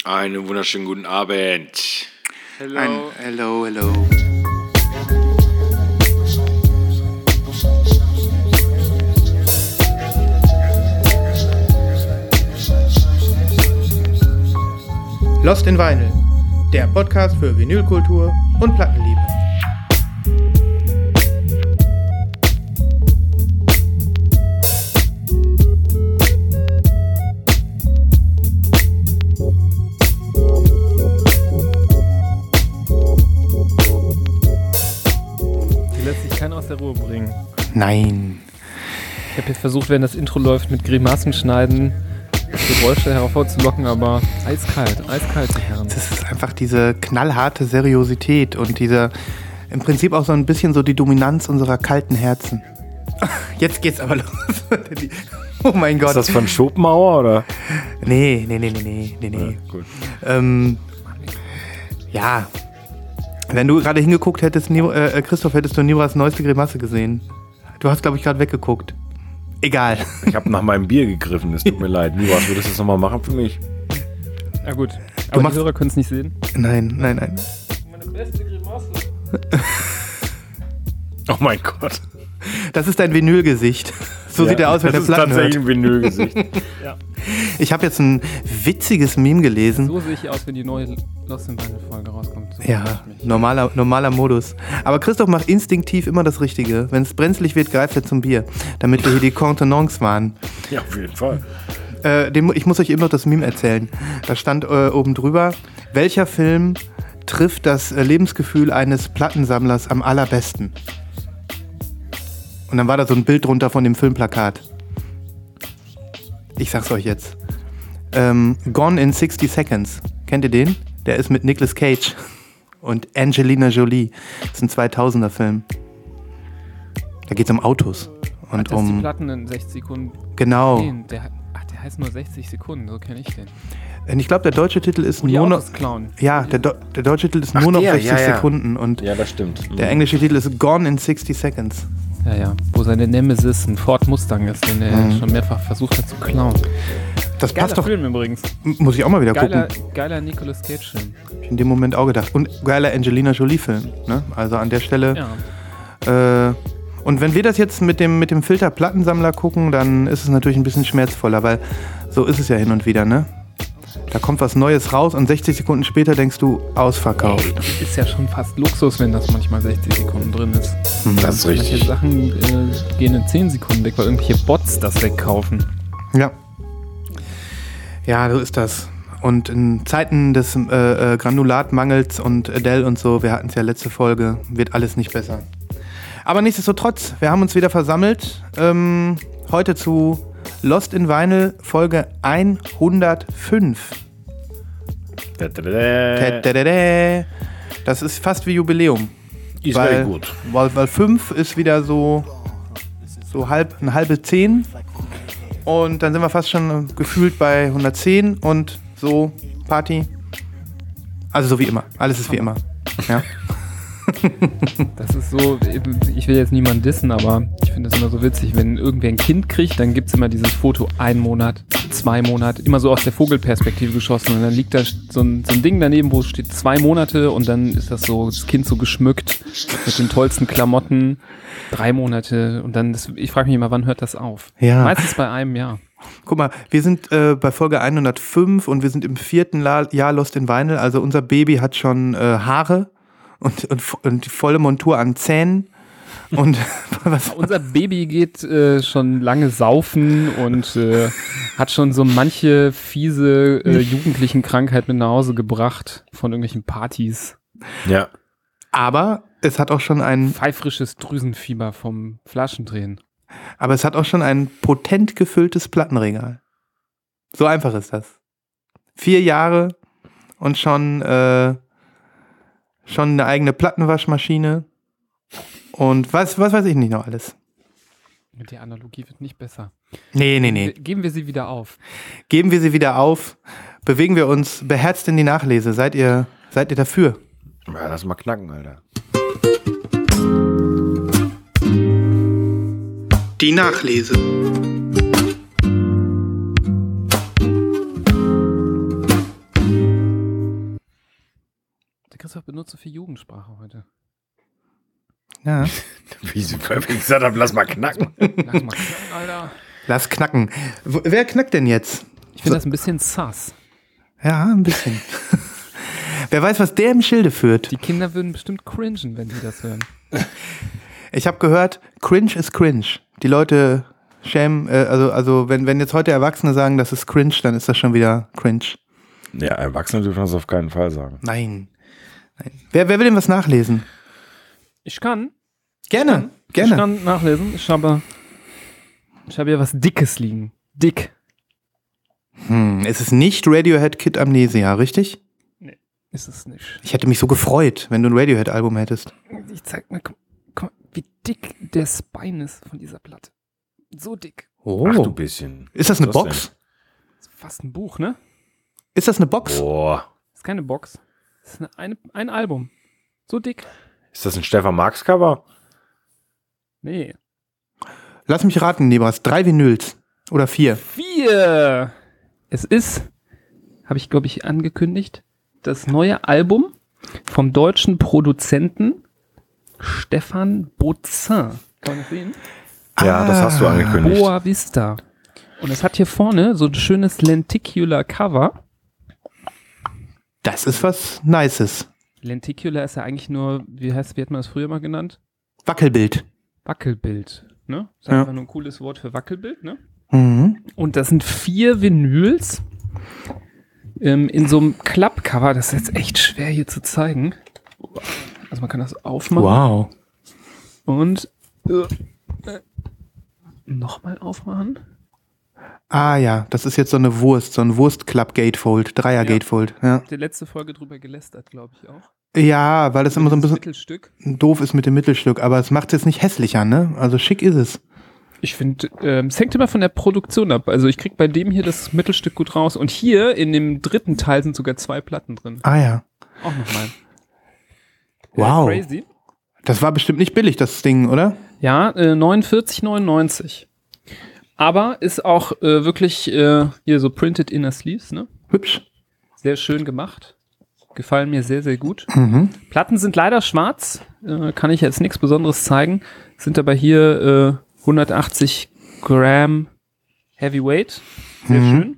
Einen wunderschönen guten Abend. Hello. Lost in Vinyl, der Podcast für Vinylkultur und Plattenliebe. Aus der Ruhe bringen. Nein. Ich habe jetzt versucht, während das Intro läuft, mit Grimassen schneiden, Geräusche hervorzulocken, aber eiskalt, die Herren. Das ist einfach diese knallharte Seriosität und diese, im Prinzip auch so ein bisschen so die Dominanz unserer kalten Herzen. Jetzt geht's aber los. Oh mein Gott. Ist das von Schopenhauer, oder? Nee. Ja, gut. Ja. Wenn du gerade hingeguckt hättest, Christoph, hättest du Niras neueste Grimasse gesehen. Du hast, glaube ich, gerade weggeguckt. Egal. Ich habe nach meinem Bier gegriffen, es tut mir leid. Niras, würdest du das nochmal machen für mich? Na gut, aber die Hörer können es nicht sehen. Nein. Meine beste Grimasse. Oh mein Gott. Das ist dein Vinylgesicht. So sieht er aus, wenn er Platten hört. Das ist tatsächlich ein Vinylgesicht. Ja. Ich habe jetzt ein witziges Meme gelesen. So sehe ich aus, wenn die neue Lost in Vinyl Folge rauskommt. So ja, normaler Modus. Aber Christoph macht instinktiv immer das Richtige. Wenn es brenzlig wird, greift er zum Bier. Damit wir hier die Contenance wahren. Ja, auf jeden Fall. Ich muss euch eben noch das Meme erzählen. Da stand oben drüber, welcher Film trifft das Lebensgefühl eines Plattensammlers am allerbesten? Und dann war da so ein Bild drunter von dem Filmplakat. Ich sag's euch jetzt. Gone in 60 Seconds. Kennt ihr den? Der ist mit Nicolas Cage und Angelina Jolie. Das ist ein 2000er-Film. Da geht's um Autos. Und das die Platten in 60 Sekunden. Genau. Der heißt nur 60 Sekunden, so kenne ich den. Und ich glaube, der deutsche Titel ist nur noch... Ja, der deutsche Titel ist nur noch 60 Sekunden. Und ja, das stimmt. Der englische Titel ist Gone in 60 Seconds. Ja. Wo seine Nemesis ein Ford Mustang ist, den er schon mehrfach versucht hat zu klauen. Das passt doch. Film übrigens. Muss ich auch mal wieder gucken. Geiler Nicolas Cage-Film. Hab ich in dem Moment auch gedacht. Und geiler Angelina Jolie-Film. Ne? Also an der Stelle. Ja. Und wenn wir das jetzt mit dem Filter Plattensammler gucken, dann ist es natürlich ein bisschen schmerzvoller, weil so ist es ja hin und wieder, ne? Da kommt was Neues raus und 60 Sekunden später denkst du, ausverkauft. Ey, das ist ja schon fast Luxus, wenn das manchmal 60 Sekunden drin ist. Das ist richtig. Manche Sachen gehen in 10 Sekunden weg, weil irgendwelche Bots das wegkaufen. Ja, so ist das. Und in Zeiten des Granulatmangels und Adele und so, wir hatten es ja letzte Folge, wird alles nicht besser. Aber nichtsdestotrotz, wir haben uns wieder versammelt. Heute zu Lost in Vinyl Folge 105. Das ist fast wie Jubiläum. Ist very gut. Weil 5 ist wieder so eine halbe 10. Und dann sind wir fast schon gefühlt bei 110 und so Party. Also so wie immer. Alles ist wie immer. Ja. Das ist so, ich will jetzt niemanden dissen, aber ich finde das immer so witzig, wenn irgendwer ein Kind kriegt, dann gibt es immer dieses Foto 1 Monat, 2 Monate, immer so aus der Vogelperspektive geschossen und dann liegt da so ein Ding daneben, wo steht 2 Monate und dann ist das Kind so geschmückt mit den tollsten Klamotten, 3 Monate und dann, ich frage mich immer, wann hört das auf? Ja. Meistens bei einem Jahr. Guck mal, wir sind bei Folge 105 und wir sind im 4. Jahr Lost in Vinyl, also unser Baby hat schon Haare. Und die volle Montur an Zähnen. Und unser Baby geht schon lange saufen und hat schon so manche fiese jugendlichen Krankheit mit nach Hause gebracht von irgendwelchen Partys. Ja. Aber es hat auch schon ein pfeifrisches Drüsenfieber vom Flaschendrehen. Aber es hat auch schon ein potent gefülltes Plattenregal. So einfach ist das. 4 Jahre und schon eine eigene Plattenwaschmaschine und was weiß ich nicht noch alles. Die Analogie wird nicht besser. Nee. Geben wir sie wieder auf. Bewegen wir uns beherzt in die Nachlese. Seid ihr dafür? Ja, lass mal knacken, Alter. Die Nachlese. Christoph benutzt so viel Jugendsprache heute. Ja. Wie ich gesagt habe, lass mal knacken. Lass mal knacken, Alter. Lass knacken. Wer knackt denn jetzt? Ich finde das ein bisschen sass. Ja, ein bisschen. Wer weiß, was der im Schilde führt. Die Kinder würden bestimmt cringen, wenn sie das hören. Ich habe gehört, cringe ist cringe. Die Leute schämen, also wenn jetzt heute Erwachsene sagen, das ist cringe, dann ist das schon wieder cringe. Ja, Erwachsene dürfen das auf keinen Fall sagen. Nein. Wer will denn was nachlesen? Ich kann. Gerne. Ich kann nachlesen. Ich habe hier was Dickes liegen. Dick. Es ist nicht Radiohead Kid Amnesia, richtig? Nee, ist es nicht. Ich hätte mich so gefreut, wenn du ein Radiohead-Album hättest. Ich zeig mal, guck mal, wie dick der Spine ist von dieser Platte. So dick. Oh. Ach du bisschen. Ist das eine Was Box? denn? Das ist fast ein Buch, ne? Ist das eine Box? Boah. Das ist keine Box. Das ist ein Album. So dick. Ist das ein Stefan Marx Cover? Nee. Lass mich raten, Nebras. 3 Vinyls. Oder 4. 4. Es ist, habe ich glaube ich angekündigt, das neue Album vom deutschen Produzenten Stefan Bozin. Kann man das sehen? Ja, das hast du angekündigt. Boa Vista. Und es hat hier vorne so ein schönes Lenticular Cover. Das ist was Nices. Lenticular ist ja eigentlich nur, wie hat man das früher mal genannt? Wackelbild. Wackelbild. Ne? Das ist Ja. einfach nur ein cooles Wort für Wackelbild. Ne? Mhm. Und das sind 4 Vinyls in so einem Klappcover. Das ist jetzt echt schwer hier zu zeigen. Also man kann das aufmachen. Wow. Und nochmal aufmachen. Ah ja, das ist jetzt so eine Wurst, so ein Wurst-Club-Gatefold, Dreier-Gatefold. Ja. Die letzte Folge drüber gelästert, glaube ich auch. Ja, weil das immer so ein Das bisschen Mittelstück. doof ist mit dem Mittelstück, aber es macht es jetzt nicht hässlicher, ne? Also schick ist es. Ich finde, es hängt immer von der Produktion ab. Also ich krieg bei dem hier das Mittelstück gut raus. Und hier in dem dritten Teil sind sogar 2 Platten drin. Ah ja. Auch nochmal. Wow. Crazy. Das war bestimmt nicht billig, das Ding, oder? Ja, 49,99. Aber ist auch wirklich hier so printed inner sleeves, ne? Hübsch. Sehr schön gemacht. Gefallen mir sehr, sehr gut. Mhm. Platten sind leider schwarz. Kann ich jetzt nichts Besonderes zeigen. Sind aber hier 180 Gramm Heavyweight. Sehr schön.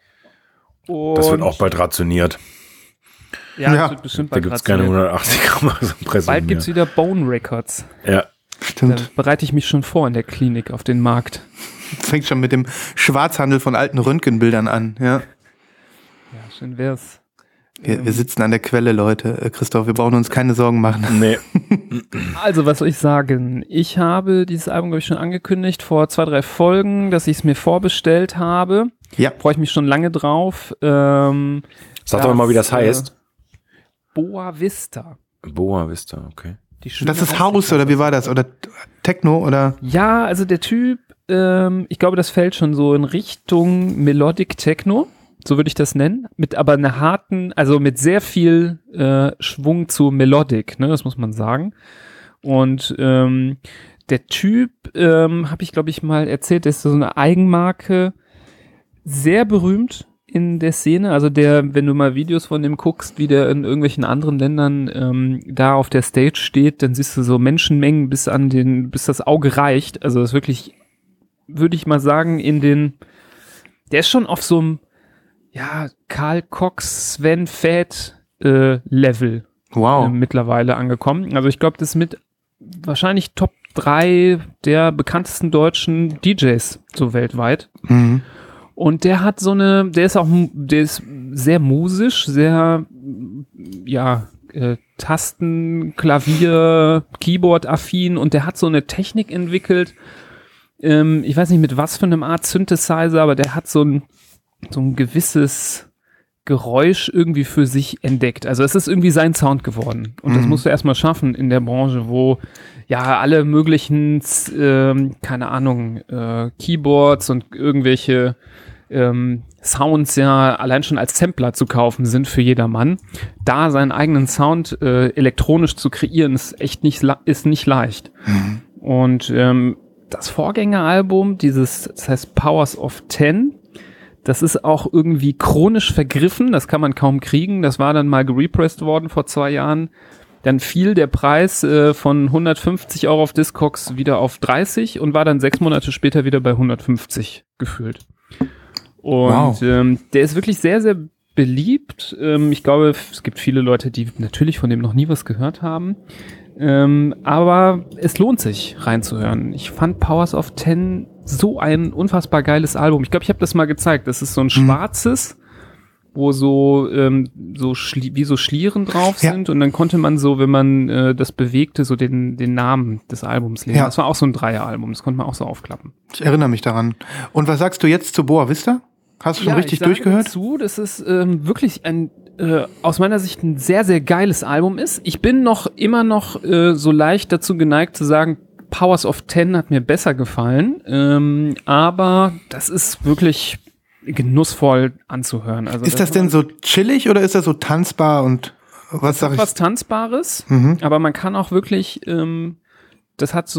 Und Das wird auch bald rationiert. Ja, Ja. das wird bestimmt Da bald gibt es keine rationiert. 180 Gramm so Presse Bald gibt es mehr. wieder Bone Records. Ja. Da Stimmt. bereite ich mich schon vor in der Klinik auf den Markt. Das fängt schon mit dem Schwarzhandel von alten Röntgenbildern an, ja. Ja, schön wär's. Wir sitzen an der Quelle, Leute. Christoph, wir brauchen uns keine Sorgen machen. Nee. Also, was soll ich sagen? Ich habe dieses Album, glaube ich, schon angekündigt vor 2, 3 Folgen, dass ich es mir vorbestellt habe. Ja. Freue ich mich schon lange drauf. Sag doch mal, wie das heißt. Boa Vista. Boa Vista, okay. Die schöne Das ist House, oder wie war das? Oder Techno, oder? Ja, also der Typ, ich glaube, das fällt schon so in Richtung Melodic Techno. So würde ich das nennen. Mit aber einer harten, also mit sehr viel Schwung zu Melodic, ne, das muss man sagen. Und der Typ, habe ich, glaube ich, mal erzählt, der ist so eine Eigenmarke, sehr berühmt in der Szene. Also der, wenn du mal Videos von dem guckst, wie der in irgendwelchen anderen Ländern da auf der Stage steht, dann siehst du so Menschenmengen bis das Auge reicht. Also das ist wirklich, würde ich mal sagen, der ist schon auf so einem Karl Cox, Sven Väth Level Wow. mittlerweile angekommen. Also ich glaube, das ist mit wahrscheinlich Top 3 der bekanntesten deutschen DJs so weltweit. Mhm. Und der hat der ist sehr musisch, sehr, Tasten, Klavier, Keyboard-affin, und der hat so eine Technik entwickelt. Ich weiß nicht mit was für einem Art Synthesizer, aber der hat so ein gewisses Geräusch irgendwie für sich entdeckt. Also es ist irgendwie sein Sound geworden. Und das musst du erstmal schaffen in der Branche, wo alle möglichen, keine Ahnung, Keyboards und irgendwelche Sounds ja allein schon als Sampler zu kaufen sind für jedermann. Da seinen eigenen Sound elektronisch zu kreieren, ist echt nicht leicht. Und das Vorgängeralbum, das heißt Powers of 10, Das ist auch irgendwie chronisch vergriffen, das kann man kaum kriegen. Das war dann mal gerepressed worden vor 2 Jahren. Dann fiel der Preis von 150 Euro auf Discogs wieder auf 30 und war dann 6 Monate später wieder bei 150 gefühlt. Und der ist wirklich sehr, sehr beliebt. Ich glaube, es gibt viele Leute, die natürlich von dem noch nie was gehört haben. Aber es lohnt sich reinzuhören. Ich fand Powers of 10 so ein unfassbar geiles Album. Ich glaube, ich habe das mal gezeigt. Das ist so ein schwarzes, wo so wie so Schlieren drauf sind und dann konnte man so, wenn man das bewegte, so den Namen des Albums lesen. Ja. Das war auch so ein Dreier-Album. Das konnte man auch so aufklappen. Ich erinnere mich daran. Und was sagst du jetzt zu Boa Vista? Hast du schon richtig durchgehört? Dazu, dass es wirklich ein aus meiner Sicht ein sehr, sehr geiles Album ist. Ich bin immer noch so leicht dazu geneigt zu sagen, Powers of 10 hat mir besser gefallen, aber das ist wirklich genussvoll anzuhören. Also ist das denn so chillig oder ist das so tanzbar und was sag ich? Was Tanzbares, aber man kann auch wirklich, es hat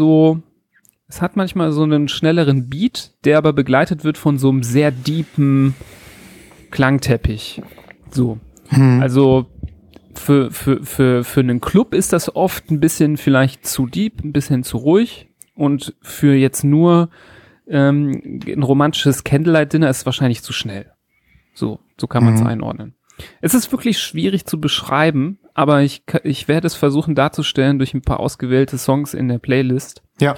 manchmal so einen schnelleren Beat, der aber begleitet wird von so einem sehr deepen Klangteppich. So. Also für einen Club ist das oft ein bisschen vielleicht zu deep, ein bisschen zu ruhig und für jetzt nur ein romantisches Candlelight-Dinner ist es wahrscheinlich zu schnell. So kann man es einordnen. Es ist wirklich schwierig zu beschreiben, aber ich werde es versuchen darzustellen durch ein paar ausgewählte Songs in der Playlist. Ja.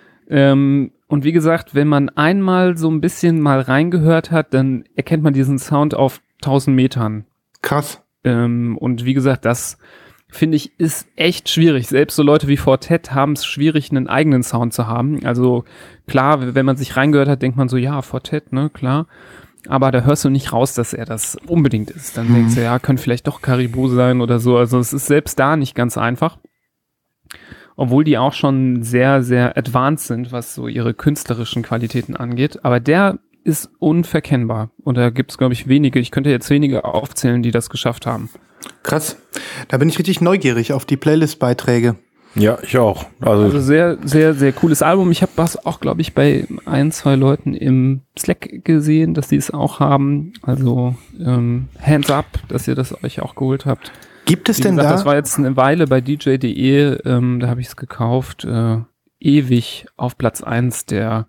Und wie gesagt, wenn man einmal so ein bisschen mal reingehört hat, dann erkennt man diesen Sound auf 1000 Metern. Krass. Und wie gesagt, das finde ich ist echt schwierig. Selbst so Leute wie Fortet haben es schwierig, einen eigenen Sound zu haben. Also klar, wenn man sich reingehört hat, denkt man so, ja, Fortet, ne, klar. Aber da hörst du nicht raus, dass er das unbedingt ist. Dann denkst du, ja, könnte vielleicht doch Caribou sein oder so. Also es ist selbst da nicht ganz einfach. Obwohl die auch schon sehr, sehr advanced sind, was so ihre künstlerischen Qualitäten angeht. Aber der ist unverkennbar. Und da gibt es, glaube ich, wenige. Ich könnte jetzt wenige aufzählen, die das geschafft haben. Krass. Da bin ich richtig neugierig auf die Playlist-Beiträge. Ja, ich auch. Also sehr, sehr, sehr cooles Album. Ich habe was auch, glaube ich, bei 1, 2 Leuten im Slack gesehen, dass die es auch haben. Also Hands up, dass ihr das euch auch geholt habt. Gibt es denn da? Das war jetzt eine Weile bei DJ.de, da habe ich es gekauft. Ewig auf Platz 1 der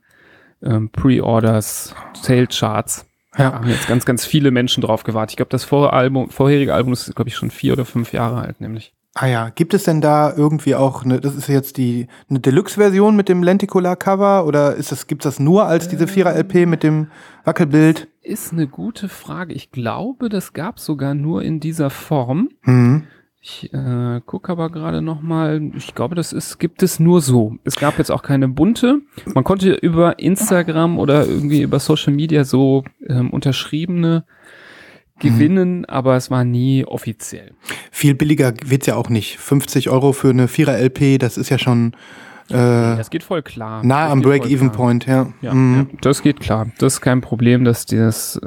Pre-Orders, Sale-Charts. Ja. Da haben jetzt ganz, ganz viele Menschen drauf gewartet. Ich glaube, das vorherige Album ist, glaube ich, schon 4 oder 5 Jahre alt, nämlich. Ah ja, gibt es denn da irgendwie auch das ist jetzt eine Deluxe-Version mit dem Lenticular-Cover oder gibt's das nur als diese 4er-LP mit dem Wackelbild? Ist eine gute Frage. Ich glaube, das gab es sogar nur in dieser Form. Ich gucke aber gerade noch mal. Ich glaube, gibt es nur so. Es gab jetzt auch keine bunte. Man konnte über Instagram oder irgendwie über Social Media so unterschriebene gewinnen, aber es war nie offiziell. Viel billiger wird's ja auch nicht. 50 Euro für eine 4er-LP, das ist ja schon das geht voll klar. Nah am Break-Even-Point, ja. Ja, das geht klar. Das ist kein Problem, dass das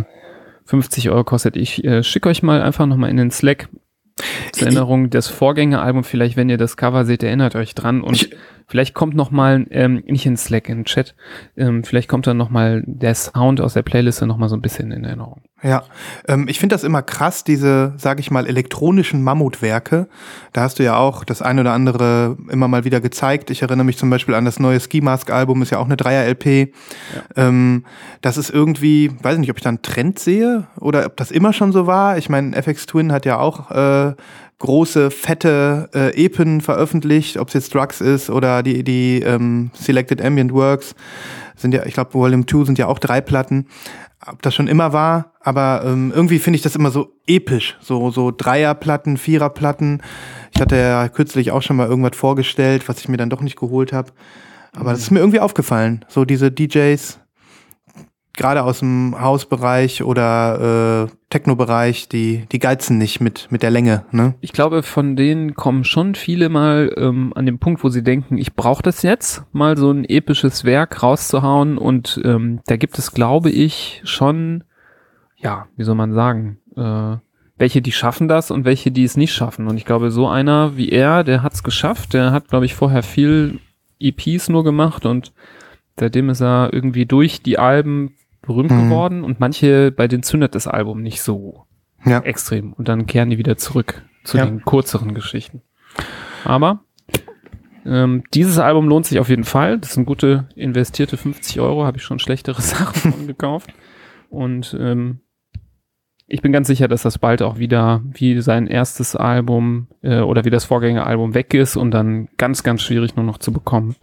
50 Euro kostet. Ich schicke euch mal einfach nochmal in den Slack zur Erinnerung das Vorgängeralbum. Vielleicht, wenn ihr das Cover seht, erinnert euch dran. Und vielleicht kommt nochmal, nicht in Slack, in den Chat, vielleicht kommt dann nochmal der Sound aus der Playlist nochmal so ein bisschen in Erinnerung. Ja, ich finde das immer krass, diese, sage ich mal, elektronischen Mammutwerke. Da hast du ja auch das ein oder andere immer mal wieder gezeigt. Ich erinnere mich zum Beispiel an das neue Ski Mask Album, ist ja auch eine 3er-LP. Ja. Das ist irgendwie, weiß nicht, ob ich da einen Trend sehe oder ob das immer schon so war. Ich meine, FX Twin hat ja auch große, fette Epen veröffentlicht, ob es jetzt Drugs ist oder die Selected Ambient Works. Sind ja, ich glaube, Volume 2 sind ja auch 3 Platten. Ob das schon immer war, aber irgendwie finde ich das immer so episch. So Dreierplatten, Viererplatten. Ich hatte ja kürzlich auch schon mal irgendwas vorgestellt, was ich mir dann doch nicht geholt habe. Aber das ist mir irgendwie aufgefallen. So diese DJs, gerade aus dem Hausbereich oder Techno-Bereich, die geizen nicht mit der Länge. Ne? Ich glaube, von denen kommen schon viele mal an den Punkt, wo sie denken, ich brauche das jetzt, mal so ein episches Werk rauszuhauen. Und da gibt es, glaube ich, schon, ja, wie soll man sagen, welche, die schaffen das und welche, die es nicht schaffen. Und ich glaube, so einer wie er, der hat es geschafft. Der hat, glaube ich, vorher viel EPs nur gemacht und seitdem ist er irgendwie durch die Alben berühmt geworden und manche, bei denen zündet das Album nicht so Ja. extrem und dann kehren die wieder zurück zu den kürzeren Geschichten. Aber dieses Album lohnt sich auf jeden Fall. Das sind gute investierte 50 €, habe ich schon schlechtere Sachen von gekauft. Und ich bin ganz sicher, dass das bald auch wieder wie sein erstes Album oder wie das Vorgängeralbum weg ist und dann ganz, ganz schwierig nur noch zu bekommen.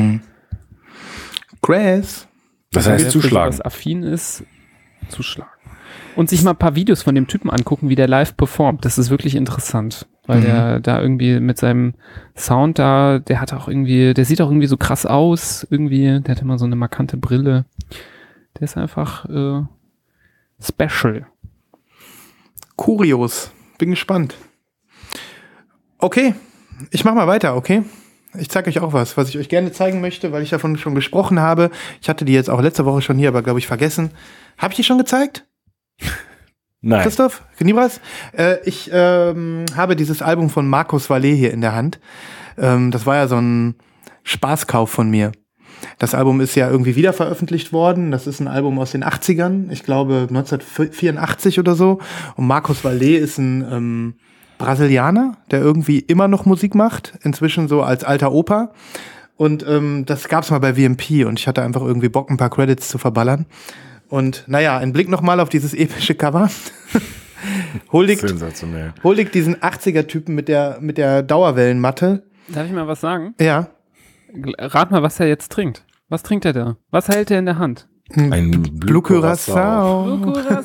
Grace. Das heißt Wer für zuschlagen. sowas affin ist, zuschlagen. Und sich mal ein paar Videos von dem Typen angucken, wie der live performt. Das ist wirklich interessant. Weil der da irgendwie mit seinem Sound da, der sieht auch irgendwie so krass aus. Irgendwie, der hat immer so eine markante Brille. Der ist einfach special. Kurios. Bin gespannt. Okay, ich mach mal weiter, okay? Ich zeige euch auch was ich euch gerne zeigen möchte, weil ich davon schon gesprochen habe. Ich hatte die jetzt auch letzte Woche schon hier, aber glaube ich vergessen. Habe ich die schon gezeigt? Nein. Christoph? Nibras? Ich habe dieses Album von Markus Vallee hier in der Hand. Das war ja so ein Spaßkauf von mir. Das Album ist ja irgendwie wieder veröffentlicht worden. Das ist ein Album aus den 80ern. Ich glaube 1984 oder so. Und Markus Vallee ist ein Brasilianer, der irgendwie immer noch Musik macht. Inzwischen so als alter Opa. Und das gab's mal bei VMP. Und ich hatte einfach irgendwie Bock, ein paar Credits zu verballern. Und naja, ein Blick nochmal auf dieses epische Cover. Sensationell. Huldigt diesen 80er-Typen mit der Dauerwellenmatte. Darf ich mal was sagen? Ja. Rat mal, was er jetzt trinkt. Was trinkt er da? Was hält er in der Hand? Ein Blue Curacao.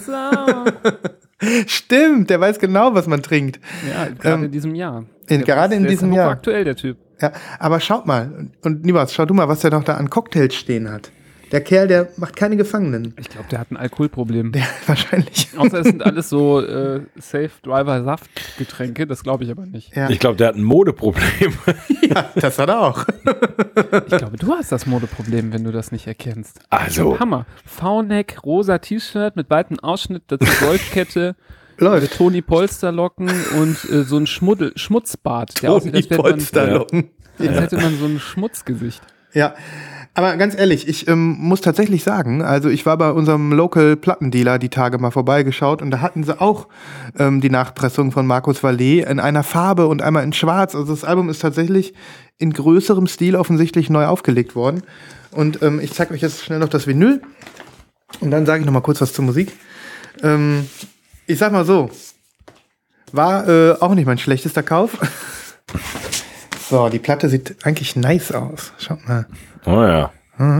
Stimmt, der weiß genau, was man trinkt. Ja, gerade in diesem Jahr. Gerade in diesem Jahr. Jahr. Aktuell der Typ. Ja, aber schaut mal. Und Nibas, schau du mal, was der noch da an Cocktails stehen hat. Der Kerl, der macht keine Gefangenen. Ich glaube, der hat ein Alkoholproblem. Ja, wahrscheinlich. Außer es sind alles so Safe-Driver-Saft-Getränke, das glaube ich aber nicht. Ja. Ich glaube, der hat ein Modeproblem. Ja, das hat er auch. Ich glaube, du hast das Modeproblem, wenn du das nicht erkennst. Also, Hammer. V-Neck, rosa T-Shirt mit weitem Ausschnitt, dazu Goldkette, Läuft. Toni Polsterlocken und so ein Schmutzbart. Der aussieht, Toni Polsterlocken. als hätte man so ein Schmutzgesicht. Ja, aber ganz ehrlich, ich muss tatsächlich sagen, also ich war bei unserem Local Plattendealer die Tage mal vorbeigeschaut und da hatten sie auch die Nachpressung von Markus Vallee in einer Farbe und einmal in schwarz. Also das Album ist tatsächlich in größerem Stil offensichtlich neu aufgelegt worden. Und ich zeige euch jetzt schnell noch das Vinyl und dann sage ich noch mal kurz was zur Musik. Ich sag mal so, war auch nicht mein schlechtester Kauf. So, die Platte sieht eigentlich nice aus. Schaut mal. oh ja.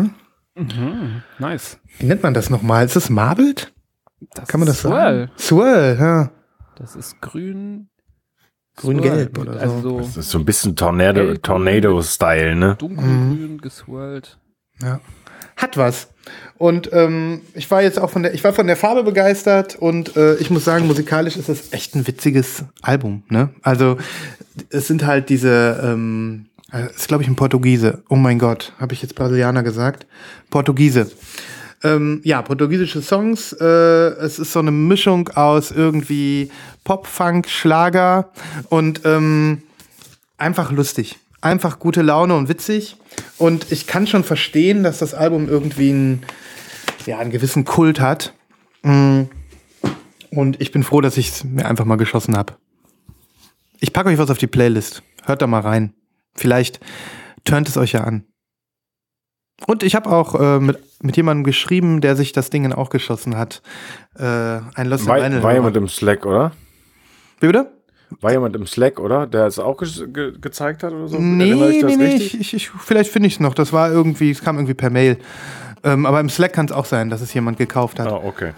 Nice. Wie nennt man das nochmal? Ist das marbled? Kann man das sagen? Swirl, ja. Das ist grün. Grün-gelb Swirl. oder so. Also Das ist so ein bisschen Tornado-Style, ne? dunkelgrün, geswirlt. Ja. Hat was. Und ich war jetzt auch von der Farbe begeistert und ich muss sagen, musikalisch ist das echt ein witziges Album, ne? Also es sind halt diese ist glaube ich ein Portugiese. Oh mein Gott, habe ich jetzt Brasilianer gesagt? Portugiese. Ja, portugiesische Songs. Es ist so eine Mischung aus irgendwie Pop, Funk, Schlager und einfach lustig. Einfach gute Laune und witzig. Und ich kann schon verstehen, dass das Album irgendwie einen gewissen Kult hat. Und ich bin froh, dass ich es mir einfach mal geschossen habe. Ich packe euch was auf die Playlist. Hört da mal rein. Vielleicht turnt es euch ja an. Und ich habe auch mit jemandem geschrieben, der sich das Ding auch geschossen hat. Ein Lost in Vinyl. War jemand im Slack, oder? Wie bitte? War jemand im Slack, oder? Der es auch gezeigt hat oder so? Nee, Erinnere ich das nee. richtig? Vielleicht finde ich es noch. Es kam irgendwie per Mail. Aber im Slack kann es auch sein, dass es jemand gekauft hat. Ah, okay.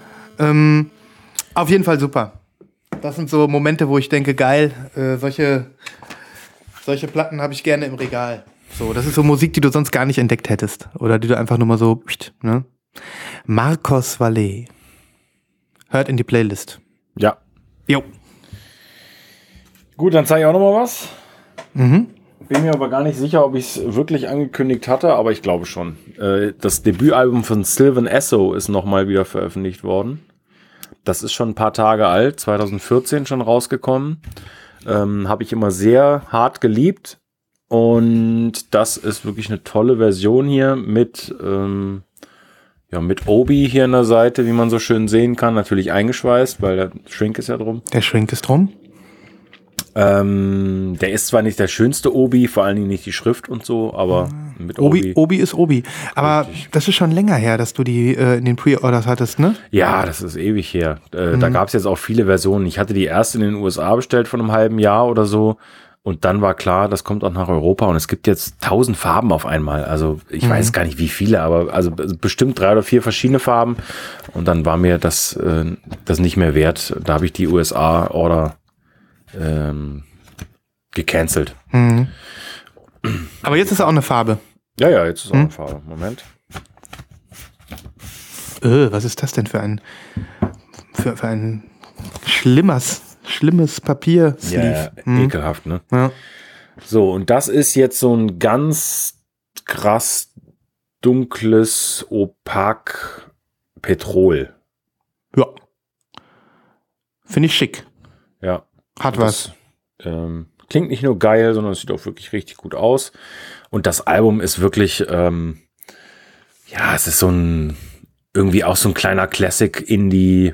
Auf jeden Fall super. Das sind so Momente, wo ich denke, geil, solche Platten habe ich gerne im Regal. So, das ist so Musik, die du sonst gar nicht entdeckt hättest. Oder die du einfach nur mal so, ne? Markus Vallee. Hört in die Playlist. Ja. Jo. Gut, dann zeige ich auch noch mal was. Mhm. Bin mir aber gar nicht sicher, ob ich es wirklich angekündigt hatte, aber ich glaube schon. Das Debütalbum von Sylvan Esso ist nochmal wieder veröffentlicht worden. Das ist schon ein paar Tage alt, 2014 schon rausgekommen. Habe ich immer sehr hart geliebt. Und das ist wirklich eine tolle Version hier mit Ja, mit Obi hier an der Seite, wie man so schön sehen kann, natürlich eingeschweißt, weil der Shrink ist ja drum. Der Shrink ist drum. Der ist zwar nicht der schönste Obi, vor allen Dingen nicht die Schrift und so, aber mit Obi. Obi ist Obi. Aber das ist schon länger her, dass du die in den Pre-Orders hattest, ne? Ja, das ist ewig her. Da gab es jetzt auch viele Versionen. Ich hatte die erste in den USA bestellt von einem halben Jahr oder so. Und dann war klar, das kommt auch nach Europa. Und es gibt jetzt 1000 Farben auf einmal. Also ich weiß gar nicht, wie viele, aber also bestimmt 3 oder 4 verschiedene Farben. Und dann war mir das nicht mehr wert. Da habe ich die USA-Order gecancelt. Aber jetzt ist er auch eine Farbe. Ja, jetzt ist auch eine Farbe. Moment. Was ist das denn für ein schlimmes Papier? Ja, ekelhaft, ne? Ja. So, und das ist jetzt so ein ganz krass dunkles, opak Petrol. Ja. Finde ich schick. Ja. Hat was. Klingt nicht nur geil, sondern es sieht auch wirklich richtig gut aus. Und das Album ist wirklich, es ist irgendwie auch so ein kleiner Classic-Indie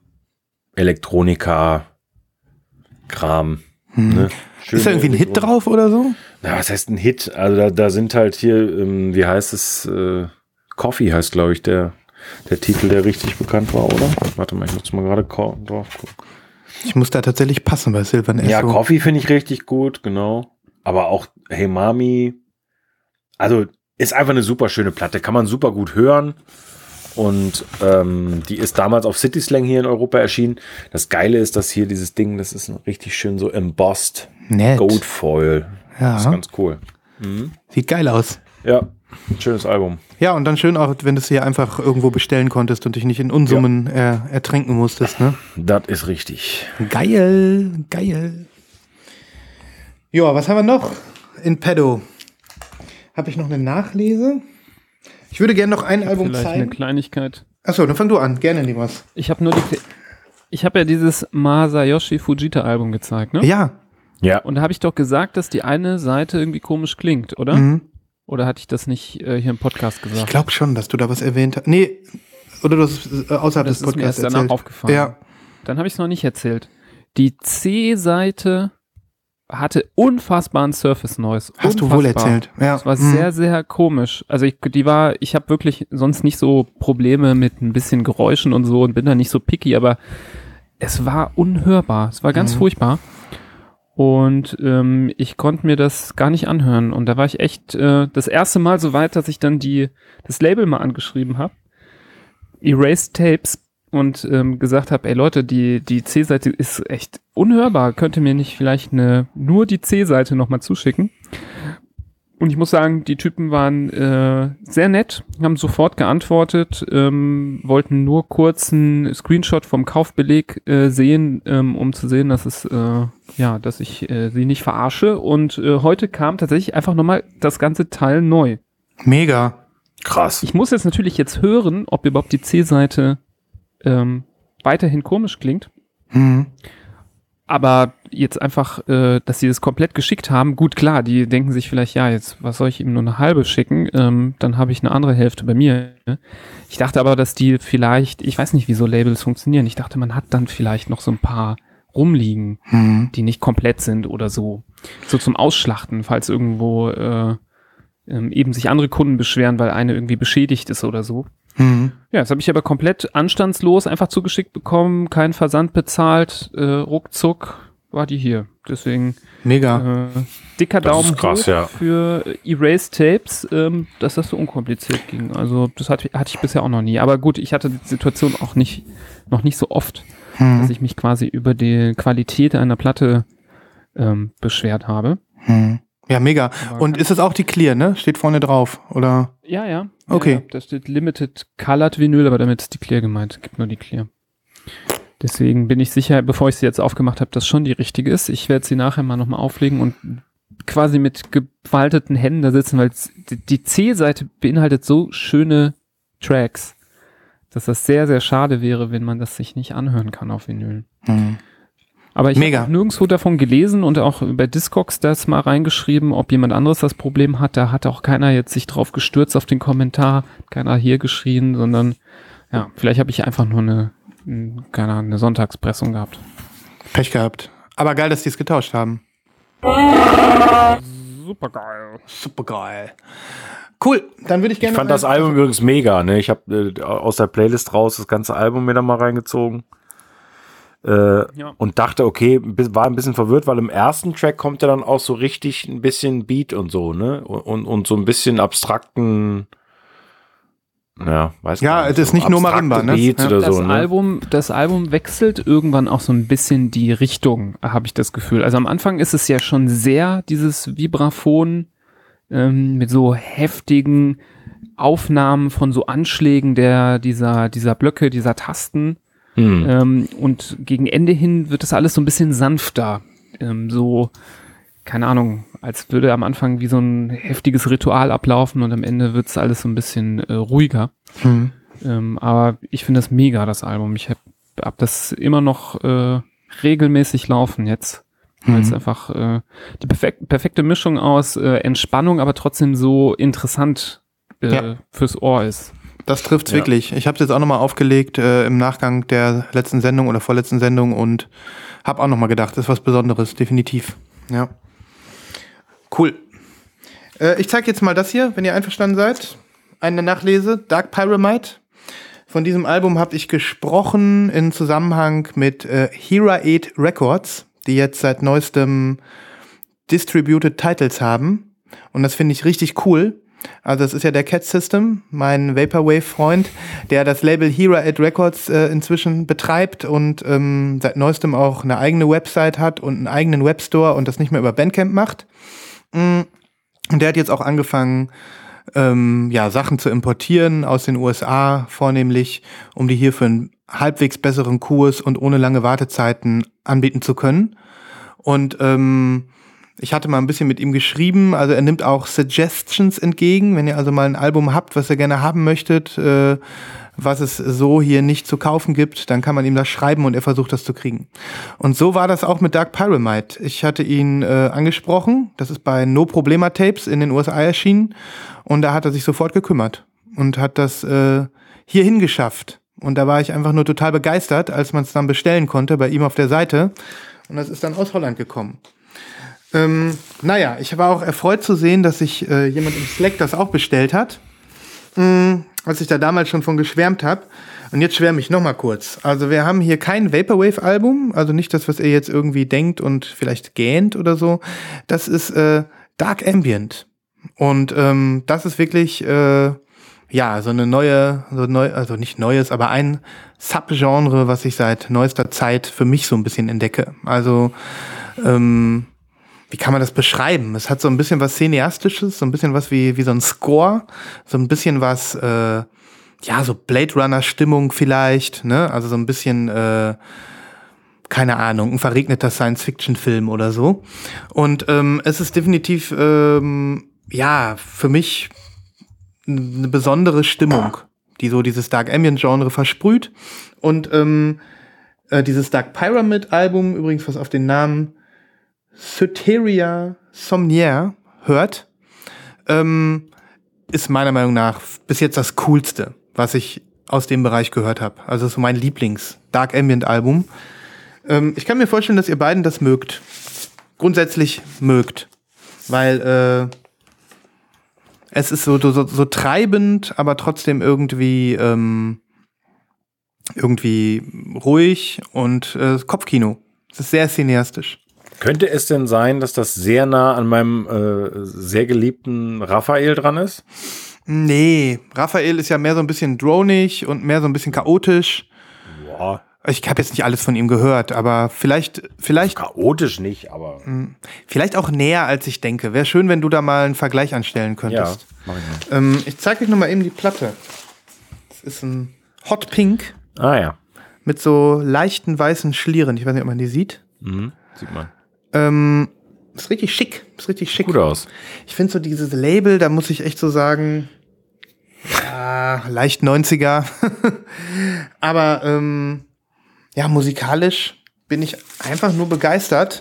Elektronika-Kram. Ne? Ist da irgendwie ein Hit drauf oder so? Na, was heißt ein Hit? Also da sind halt hier, wie heißt es? Coffee heißt, glaube ich, der Titel, der richtig bekannt war, oder? Warte mal, ich muss mal gerade drauf gucken. Ich muss da tatsächlich passen bei Sylvan Esso. Ja, Coffee finde ich richtig gut, genau. Aber auch Hey Mami. Also ist einfach eine super schöne Platte, kann man super gut hören. Und die ist damals auf City Slang hier in Europa erschienen. Das Geile ist, dass hier dieses Ding, das ist richtig schön so embossed. Nett. Goldfoil. Ja. Das ist ganz cool. Sieht geil aus. Ja, schönes Album. Ja, und dann schön auch, wenn du es hier einfach irgendwo bestellen konntest und dich nicht in Unsummen ertränken musstest, ne? Das ist richtig. Geil. Ja, was haben wir noch in Pedo? Habe ich noch eine Nachlese? Ich würde gerne noch ein Album Vielleicht zeigen. eine Kleinigkeit. Achso, dann fang du an. Gerne, Nimas. Ich habe ja dieses Masayoshi Fujita Album gezeigt, ne? Ja. Und da habe ich doch gesagt, dass die eine Seite irgendwie komisch klingt, oder? Oder hatte ich das nicht hier im Podcast gesagt? Ich glaube schon, dass du da was erwähnt hast. Nee, oder du hast es außerhalb des Das ist mir Podcasts erst danach erzählt. aufgefallen. Ja. Dann habe ich es noch nicht erzählt. Die C-Seite hatte unfassbaren Surface Noise. Hast du wohl erzählt. Ja. Das war sehr, sehr komisch. Also ich habe wirklich sonst nicht so Probleme mit ein bisschen Geräuschen und so und bin da nicht so picky, aber es war unhörbar. Es war ganz furchtbar. Und ich konnte mir das gar nicht anhören. Und da war ich echt das erste Mal so weit, dass ich dann das Label mal angeschrieben habe. Erased Tapes. Und gesagt habe, ey Leute, die C-Seite ist echt unhörbar. Könnt ihr mir nicht vielleicht nur die C-Seite nochmal zuschicken? Und ich muss sagen, die Typen waren sehr nett, haben sofort geantwortet, wollten nur kurz einen Screenshot vom Kaufbeleg sehen, um zu sehen, dass dass ich sie nicht verarsche. Und heute kam tatsächlich einfach nochmal das ganze Teil neu. Mega. Krass. Ich muss jetzt hören, ob überhaupt die C-Seite weiterhin komisch klingt. Aber jetzt einfach, dass sie das komplett geschickt haben, gut, klar, die denken sich vielleicht, ja, jetzt, was soll ich ihm nur eine halbe schicken? Dann habe ich eine andere Hälfte bei mir. Ich dachte aber, dass die vielleicht, ich weiß nicht, wie so Labels funktionieren. Ich dachte, man hat dann vielleicht noch so ein paar rumliegen, die nicht komplett sind oder so. So zum Ausschlachten, falls irgendwo eben sich andere Kunden beschweren, weil eine irgendwie beschädigt ist oder so. Ja, das habe ich aber komplett anstandslos einfach zugeschickt bekommen, keinen Versand bezahlt, ruckzuck war die hier. Deswegen Mega. Dicker Das Daumen ist krass, hoch ja. für Erased Tapes, dass das so unkompliziert ging. Also das hatte ich bisher auch noch nie. Aber gut, ich hatte die Situation auch noch nicht so oft, dass ich mich quasi über die Qualität einer Platte beschwert habe. Ja, mega. Und ist es auch die Clear, ne? Steht vorne drauf, oder? Ja. Okay. Ja, da steht Limited Colored Vinyl, aber damit ist die Clear gemeint. Gibt nur die Clear. Deswegen bin ich sicher, bevor ich sie jetzt aufgemacht habe, dass schon die richtige ist. Ich werde sie nachher mal nochmal auflegen und quasi mit gefalteten Händen da sitzen, weil die C-Seite beinhaltet so schöne Tracks, dass das sehr, sehr schade wäre, wenn man das sich nicht anhören kann auf Vinyl. Aber ich Mega. habe nirgendwo davon gelesen und auch bei Discogs das mal reingeschrieben, ob jemand anderes das Problem hat. Da hat auch keiner jetzt sich drauf gestürzt auf den Kommentar, keiner hier geschrien, sondern ja, vielleicht habe ich einfach nur eine Sonntagspressung gehabt. Pech gehabt. Aber geil, dass die es getauscht haben. Supergeil. Supergeil. Cool, dann würde ich gerne... Ich fand das Album übrigens mega, ne? Ich habe aus der Playlist raus das ganze Album mir da mal reingezogen. Und dachte, okay, war ein bisschen verwirrt, weil im ersten Track kommt ja dann auch so richtig ein bisschen Beat und so, ne? Und so ein bisschen abstrakten, ja, weiß Ja, gar nicht. das ist nicht nur Marimba, ne? Beats Ja. oder so, ne? Das Album wechselt irgendwann auch so ein bisschen die Richtung, habe ich das Gefühl. Also am Anfang ist es ja schon sehr dieses Vibraphon mit so heftigen Aufnahmen von so Anschlägen dieser Blöcke, dieser Tasten. Und gegen Ende hin wird das alles so ein bisschen sanfter. So, keine Ahnung, als würde am Anfang wie so ein heftiges Ritual ablaufen und am Ende wird es alles so ein bisschen ruhiger. Aber ich finde das mega, das Album. Ich hab das immer noch regelmäßig laufen jetzt. Weil es einfach die perfekte Mischung aus Entspannung, aber trotzdem so interessant fürs Ohr ist. Das trifft's wirklich. Ich habe es jetzt auch nochmal aufgelegt im Nachgang der letzten Sendung oder vorletzten Sendung und habe auch nochmal gedacht, das ist was Besonderes, definitiv. Ja. Cool. Ich zeige jetzt mal das hier, wenn ihr einverstanden seid. Eine Nachlese, Dark Pyramide. Von diesem Album habe ich gesprochen in Zusammenhang mit Hera 8 Records, die jetzt seit neuestem Distributed Titles haben. Und das finde ich richtig cool. Also das ist ja der Cat System, mein Vaporwave-Freund, der das Label Hera 8 Records inzwischen betreibt und seit neuestem auch eine eigene Website hat und einen eigenen Webstore und das nicht mehr über Bandcamp macht. Und der hat jetzt auch angefangen, Sachen zu importieren aus den USA vornehmlich, um die hier für einen halbwegs besseren Kurs und ohne lange Wartezeiten anbieten zu können. Und ich hatte mal ein bisschen mit ihm geschrieben, also er nimmt auch Suggestions entgegen, wenn ihr also mal ein Album habt, was ihr gerne haben möchtet, was es so hier nicht zu kaufen gibt, dann kann man ihm das schreiben und er versucht das zu kriegen. Und so war das auch mit Dark Pyramide. Ich hatte ihn angesprochen, das ist bei No Problema Tapes in den USA erschienen und da hat er sich sofort gekümmert und hat das hierhin geschafft. Und da war ich einfach nur total begeistert, als man es dann bestellen konnte bei ihm auf der Seite und das ist dann aus Holland gekommen. Ich war auch erfreut zu sehen, dass sich jemand im Slack das auch bestellt hat, als ich da damals schon von geschwärmt habe. Und jetzt schwärme ich noch mal kurz. Also wir haben hier kein Vaporwave-Album, also nicht das, was ihr jetzt irgendwie denkt und vielleicht gähnt oder so. Das ist Dark Ambient. Und das ist wirklich so eine neue, also nicht neues, aber ein Subgenre, was ich seit neuester Zeit für mich so ein bisschen entdecke. Also wie kann man das beschreiben? Es hat so ein bisschen was Cineastisches, so ein bisschen was wie so ein Score, so ein bisschen was, so Blade Runner Stimmung vielleicht, ne? Also so ein bisschen, keine Ahnung, ein verregneter Science-Fiction-Film oder so. Und es ist definitiv, für mich eine besondere Stimmung, die so dieses Dark Ambient-Genre versprüht. Und dieses Dark Pyramid-Album, übrigens was auf den Namen Soteria Somnière hört, ist meiner Meinung nach bis jetzt das Coolste, was ich aus dem Bereich gehört habe. Also so mein Lieblings-Dark Ambient-Album. Ich kann mir vorstellen, dass ihr beiden das mögt. Grundsätzlich mögt. Weil es ist so treibend, aber trotzdem irgendwie ruhig und Kopfkino. Es ist sehr cineastisch. Könnte es denn sein, dass das sehr nah an meinem sehr geliebten Raphael dran ist? Nee, Raphael ist ja mehr so ein bisschen dronig und mehr so ein bisschen chaotisch. Boah. Ich habe jetzt nicht alles von ihm gehört, aber vielleicht chaotisch nicht, aber vielleicht auch näher, als ich denke. Wäre schön, wenn du da mal einen Vergleich anstellen könntest. Ja, mach ich mal. Ich zeige euch noch mal eben die Platte. Das ist ein Hot Pink. Ah ja. Mit so leichten weißen Schlieren. Ich weiß nicht, ob man die sieht. Sieht man. Ist richtig schick. Ist richtig schick. Gut aus. Ich finde so dieses Label, da muss ich echt so sagen, ja, leicht 90er. Aber musikalisch bin ich einfach nur begeistert.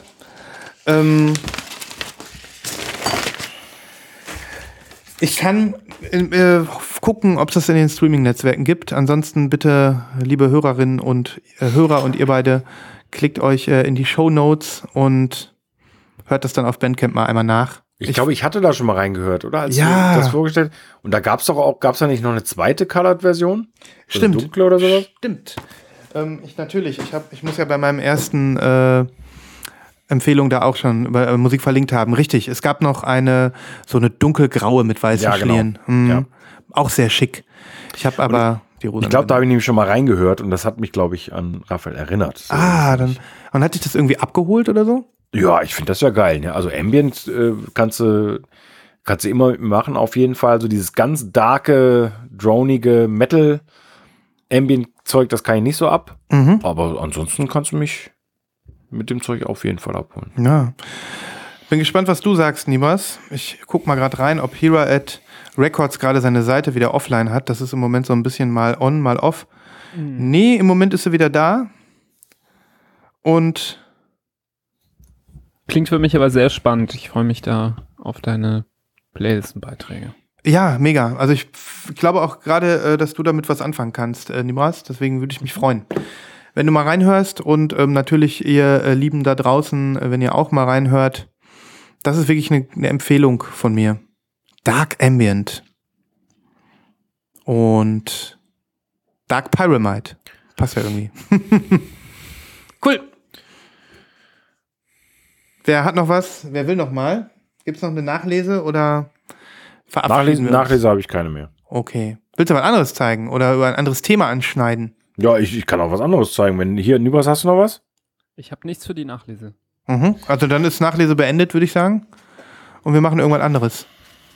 Ich kann gucken, ob es das in den Streaming-Netzwerken gibt. Ansonsten bitte, liebe Hörerinnen und Hörer und ihr beide, klickt euch in die Shownotes und hört das dann auf Bandcamp mal einmal nach. Ich glaube, ich hatte da schon mal reingehört, oder? Als Ja. du das vorgestellt. Und da gab's da nicht noch eine zweite Colored-Version? Stimmt. Dunkle oder sowas? Stimmt. Ich muss ja bei meinem ersten Empfehlung da auch schon über Musik verlinkt haben. Richtig, es gab noch so eine dunkelgraue mit weißen Ja, genau. Schlieren. Ja. Auch sehr schick. Ich habe aber die rosa. Ich glaube, da habe ich nämlich schon mal reingehört und das hat mich, glaube ich, an Raphael erinnert. So und hat dich das irgendwie abgeholt oder so? Ja, ich finde das ja geil. Ne? Also Ambient kannst du immer machen, auf jeden Fall. So dieses ganz darke, dronige Metal-Ambient-Zeug, das kann ich nicht so ab. Mhm. Aber ansonsten kannst du mich mit dem Zeug auf jeden Fall abholen. Ja. Bin gespannt, was du sagst, Nibas. Ich guck mal gerade rein, ob Hira at Records gerade seine Seite wieder offline hat. Das ist im Moment so ein bisschen mal on, mal off. Nee, im Moment ist sie wieder da. Und Klingt für mich aber sehr spannend. Ich freue mich da auf deine Playlistenbeiträge. ja, mega. Also ich glaube auch gerade, dass du damit was anfangen kannst, Nibras. Deswegen würde ich mich freuen, wenn du mal reinhörst. Und natürlich, ihr Lieben da draußen, wenn ihr auch mal reinhört. Das ist wirklich eine Empfehlung von mir. Dark Ambient. Und Dark Pyramide. Passt ja irgendwie. Cool. Wer hat noch was? Wer will noch mal? Gibt es noch eine Nachlese oder verabschieden wir uns? Nachlese habe ich keine mehr. Okay. Willst du was anderes zeigen oder über ein anderes Thema anschneiden? Ja, ich kann auch was anderes zeigen. Wenn hier, Nibas, hast du noch was? Ich habe nichts für die Nachlese. Mhm. Also dann ist Nachlese beendet, würde ich sagen. Und wir machen irgendwas anderes.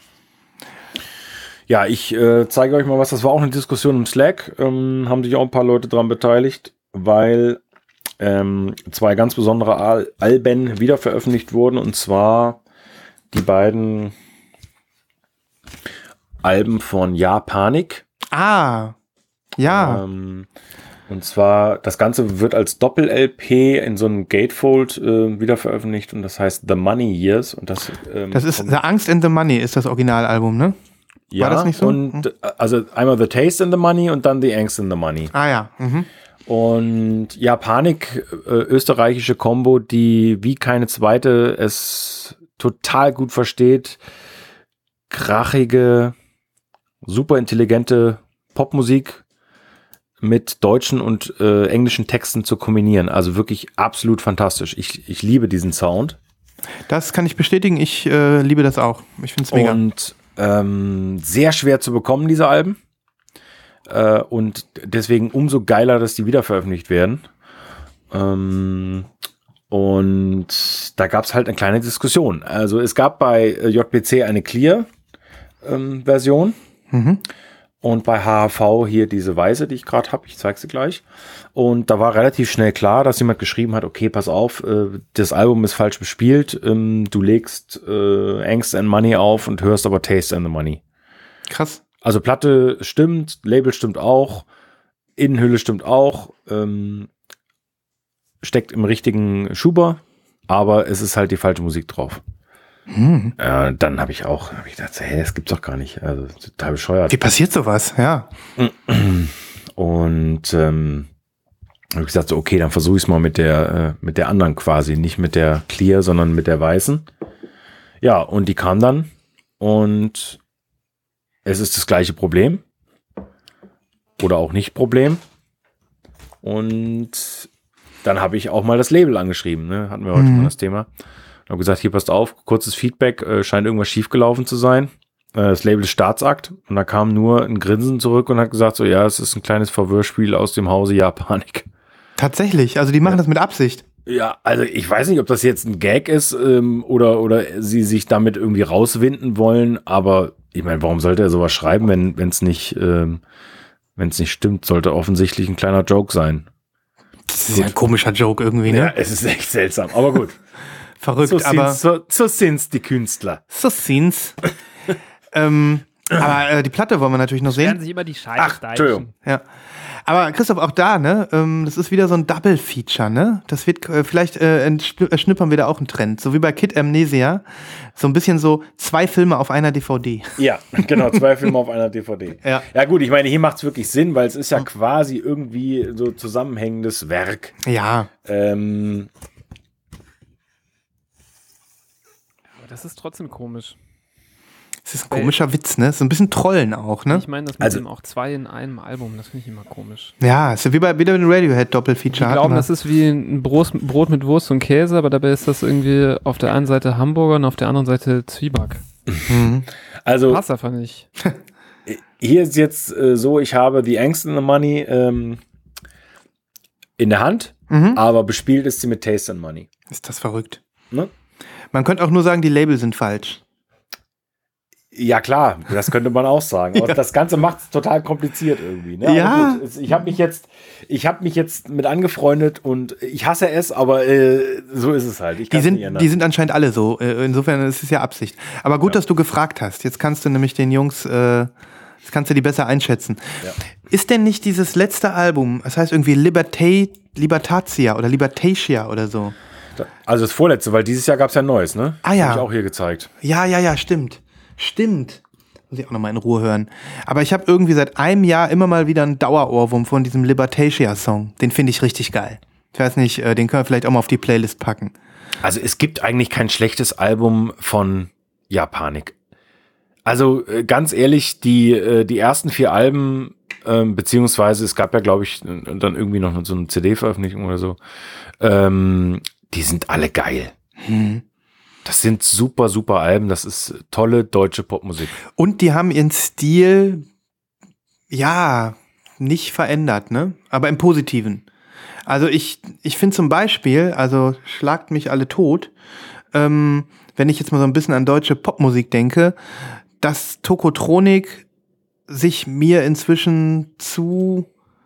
Ja, ich zeige euch mal was. Das war auch eine Diskussion im Slack. Haben sich auch ein paar Leute dran beteiligt, weil zwei ganz besondere Alben wieder veröffentlicht wurden. Und zwar die beiden Alben von Japanik. Ah, ja. Und zwar, das Ganze wird als Doppel-LP in so einem Gatefold wieder veröffentlicht und das heißt The Money Years. Und das ist The Angst and the Money ist das Originalalbum, ne? Ja, war das nicht so? Und also einmal The Taste in the Money und dann The Angst in the Money. Ah ja. Mhm. Und Japanik, österreichische Combo, die wie keine zweite es total gut versteht, krachige, super intelligente Popmusik mit deutschen und englischen Texten zu kombinieren. Also wirklich absolut fantastisch. Ich liebe diesen Sound. Das kann ich bestätigen. Ich liebe das auch. Ich finde es mega. Und sehr schwer zu bekommen, diese Alben. Und deswegen umso geiler, dass die wieder veröffentlicht werden. Und da gab es halt eine kleine Diskussion. Also es gab bei JPC eine Clear-Version. Und bei HHV hier diese weiße, die ich gerade habe. Ich zeige sie gleich. Und da war relativ schnell klar, dass jemand geschrieben hat, okay, pass auf, das Album ist falsch bespielt. Du legst Angst and Money auf und hörst aber Taste and the Money. Krass. Also Platte stimmt, Label stimmt auch, Innenhülle stimmt auch, steckt im richtigen Schuber, aber es ist halt die falsche Musik drauf. Dann habe ich gedacht, hey, das gibt's doch gar nicht. Also total bescheuert. Wie passiert sowas? Ja. Und habe ich gesagt, so, okay, dann versuche ich es mal mit der anderen quasi, nicht mit der Clear, sondern mit der weißen. Ja, und die kam dann und es ist das gleiche Problem oder auch nicht Problem. Und dann habe ich auch mal das Label angeschrieben, ne? Hatten wir heute schon das Thema. Und habe gesagt, hier passt auf, kurzes Feedback, scheint irgendwas schiefgelaufen zu sein. Das Label ist Staatsakt und da kam nur ein Grinsen zurück und hat gesagt, so ja, es ist ein kleines Verwirrspiel aus dem Hause Japanik. Tatsächlich, also die machen das mit Absicht. Ja, also ich weiß nicht, ob das jetzt ein Gag ist oder sie sich damit irgendwie rauswinden wollen, aber ich meine, warum sollte er sowas schreiben, wenn es nicht stimmt, sollte offensichtlich ein kleiner Joke sein. Das ist ja ein komischer Joke irgendwie, ne? Ja, es ist echt seltsam, aber gut. Verrückt, So sind's die Künstler. So sind's. Aber die Platte wollen wir natürlich noch Werden sehen. sich immer die Scheiße Ach, Entschuldigung. Ja. Aber Christoph, auch da, ne? Das ist wieder so ein Double-Feature, ne? Das wird, vielleicht erschnippern wir da auch einen Trend. So wie bei Kid Amnesia. So ein bisschen so 2 Filme auf einer DVD. Ja, genau, 2 Filme auf einer DVD. Ja gut, ich meine, hier macht es wirklich Sinn, weil es ist ja quasi irgendwie so zusammenhängendes Werk. Ja. Aber das ist trotzdem komisch. Das ist ein komischer Witz, ne? So ein bisschen Trollen auch, ne? Ich meine, das mit dem auch 2 in einem Album, das finde ich immer komisch. Ja, ist ja wie bei wieder ein Radiohead-Doppelfeature. Die glauben, das ist wie ein Brot mit Wurst und Käse, aber dabei ist das irgendwie auf der einen Seite Hamburger und auf der anderen Seite Zwieback. Also passt einfach nicht. Hier ist jetzt so, ich habe The Angst in the Money in der Hand, aber bespielt ist sie mit Taste and Money. Ist das verrückt. Ne? Man könnte auch nur sagen, die Label sind falsch. Ja klar, das könnte man auch sagen. Aber das Ganze macht es total kompliziert irgendwie. Ne? Ja. Gut, ich habe mich jetzt mit angefreundet und ich hasse es, aber so ist es halt. Die sind anscheinend alle so. Insofern ist es ja Absicht. Aber gut, dass du gefragt hast. Jetzt kannst du nämlich den Jungs, jetzt kannst du die besser einschätzen. Ja. Ist denn nicht dieses letzte Album, das heißt irgendwie Libertatia oder Libertatia oder so? Also das vorletzte, weil dieses Jahr gab es ja ein neues, ne? Ah ja. Hab ich auch hier gezeigt. Ja, stimmt. Muss ich auch nochmal in Ruhe hören. Aber ich habe irgendwie seit einem Jahr immer mal wieder einen Dauerohrwurm von diesem Libertatia-Song. Den finde ich richtig geil. Ich weiß nicht, den können wir vielleicht auch mal auf die Playlist packen. Also es gibt eigentlich kein schlechtes Album von Japanik. Also ganz ehrlich, die ersten 4 Alben, beziehungsweise es gab ja, glaube ich, dann irgendwie noch so eine CD-Veröffentlichung oder so, die sind alle geil. Das sind super, super Alben. Das ist tolle deutsche Popmusik. Und die haben ihren Stil, ja, nicht verändert, ne? Aber im Positiven. Also ich finde zum Beispiel, also schlagt mich alle tot, wenn ich jetzt mal so ein bisschen an deutsche Popmusik denke, dass Tokotronik sich mir inzwischen zu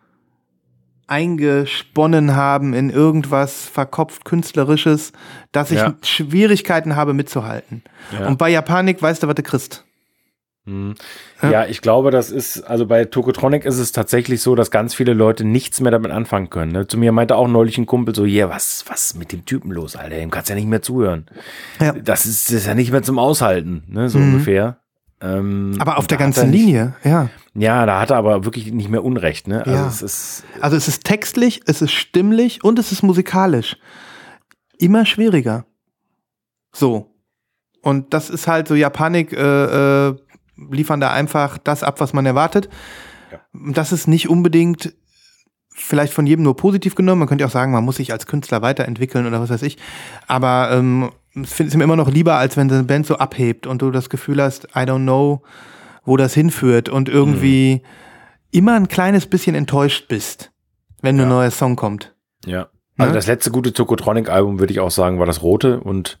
eingesponnen haben in irgendwas verkopft Künstlerisches, dass ich Schwierigkeiten habe mitzuhalten. Ja. Und bei Japanik weißt du, was du kriegst. Ja, ich glaube, das ist, also bei Tokotronic ist es tatsächlich so, dass ganz viele Leute nichts mehr damit anfangen können. Ne? Zu mir meinte auch neulich ein Kumpel so, was mit dem Typen los, Alter, dem kannst du ja nicht mehr zuhören. Ja. Das ist ja nicht mehr zum Aushalten, ne? So ungefähr. Aber auf der ganzen Linie, ja. Ja, da hat er aber wirklich nicht mehr Unrecht, ne? Also, es ist textlich, es ist stimmlich und es ist musikalisch. Immer schwieriger. So. Und das ist halt so, Japanik liefern da einfach das ab, was man erwartet. Ja. Das ist nicht unbedingt vielleicht von jedem nur positiv genommen. Man könnte auch sagen, man muss sich als Künstler weiterentwickeln oder was weiß ich. Aber ich finde es mir immer noch lieber, als wenn eine Band so abhebt und du das Gefühl hast, I don't know, wo das hinführt und irgendwie immer ein kleines bisschen enttäuscht bist, wenn ein neuer Song kommt. Ja. Also das letzte gute Tokotronic-Album, würde ich auch sagen, war das Rote und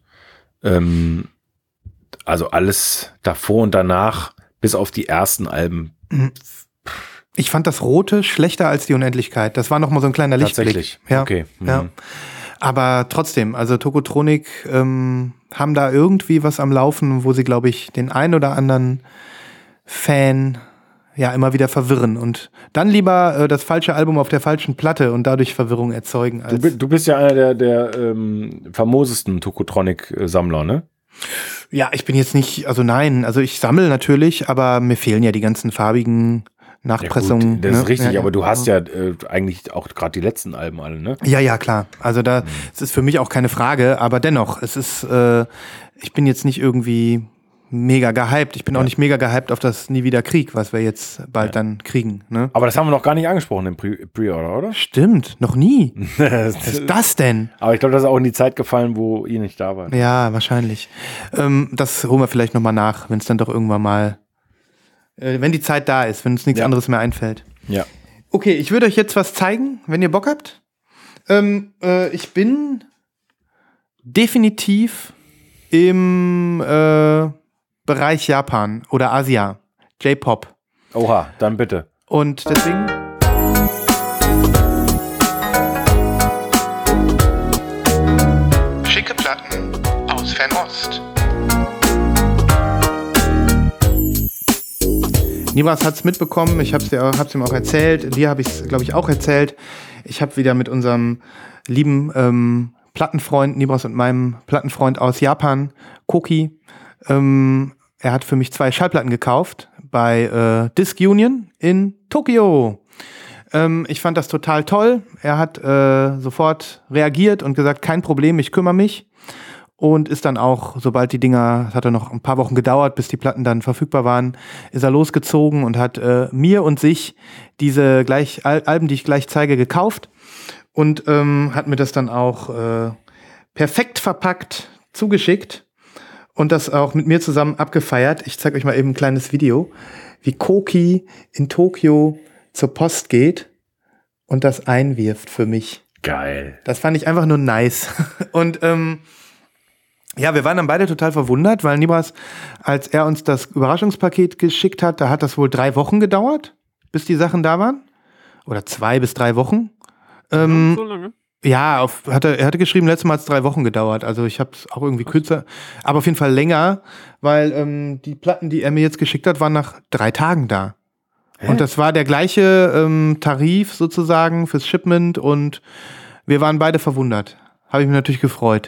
also alles davor und danach, bis auf die ersten Alben. Ich fand das Rote schlechter als die Unendlichkeit. Das war nochmal so ein kleiner Lichtblick. Tatsächlich? Ja. Okay. Ja. Aber trotzdem, also Tokotronik haben da irgendwie was am Laufen, wo sie, glaube ich, den einen oder anderen Fan ja immer wieder verwirren und dann lieber das falsche Album auf der falschen Platte und dadurch Verwirrung erzeugen. Du bist ja einer der famosesten Tokotronic-Sammler, ne? Ja, ich bin jetzt nicht, also nein, also ich sammle natürlich, aber mir fehlen ja die ganzen farbigen Nachpressungen. Ja gut, das ist richtig, aber du hast ja eigentlich auch gerade die letzten Alben alle, ne? Ja, klar. Also es ist für mich auch keine Frage, aber dennoch, es ist, ich bin jetzt nicht irgendwie mega gehypt. Ich bin auch nicht mega gehypt auf das Nie wieder Krieg, was wir jetzt bald dann kriegen. Ne? Aber das haben wir noch gar nicht angesprochen im Pre-Order, oder? Stimmt, noch nie. Was ist das denn? Aber ich glaube, das ist auch in die Zeit gefallen, wo ihr nicht da wart. Ja, wahrscheinlich. Das holen wir vielleicht nochmal nach, wenn es dann doch irgendwann mal, wenn die Zeit da ist, wenn uns nichts anderes mehr einfällt. Ja. Okay, ich würde euch jetzt was zeigen, wenn ihr Bock habt. Ich bin definitiv im Bereich Japan oder Asia, J-Pop. Oha, dann bitte. Und deswegen schicke Platten aus Fernost. Nibras hat es mitbekommen, ich hab's ihm auch erzählt, dir habe ich es, glaube ich, auch erzählt. Ich habe wieder mit unserem lieben Plattenfreund, Nibras und meinem Plattenfreund aus Japan, Koki, er hat für mich 2 Schallplatten gekauft bei Disc Union in Tokio. Ich fand das total toll. Er hat sofort reagiert und gesagt, kein Problem, ich kümmere mich. Und ist dann auch, sobald die Dinger, es hat noch ein paar Wochen gedauert, bis die Platten dann verfügbar waren, ist er losgezogen und hat mir und sich diese Alben, die ich gleich zeige, gekauft. Und hat mir das dann auch perfekt verpackt zugeschickt und das auch mit mir zusammen abgefeiert. Ich zeige euch mal eben ein kleines Video, wie Koki in Tokio zur Post geht und das einwirft für mich. Geil. Das fand ich einfach nur nice. Und ja, wir waren dann beide total verwundert, weil Nibras, als er uns das Überraschungspaket geschickt hat, da hat das wohl 3 Wochen gedauert, bis die Sachen da waren. Oder 2 bis 3 Wochen. So lange? Ja, er hatte geschrieben, letztes Mal hat es 3 Wochen gedauert. Also ich habe es auch irgendwie kürzer, aber auf jeden Fall länger, weil die Platten, die er mir jetzt geschickt hat, waren nach 3 Tagen da. Hä? Und das war der gleiche Tarif sozusagen fürs Shipment und wir waren beide verwundert. Habe ich mich natürlich gefreut.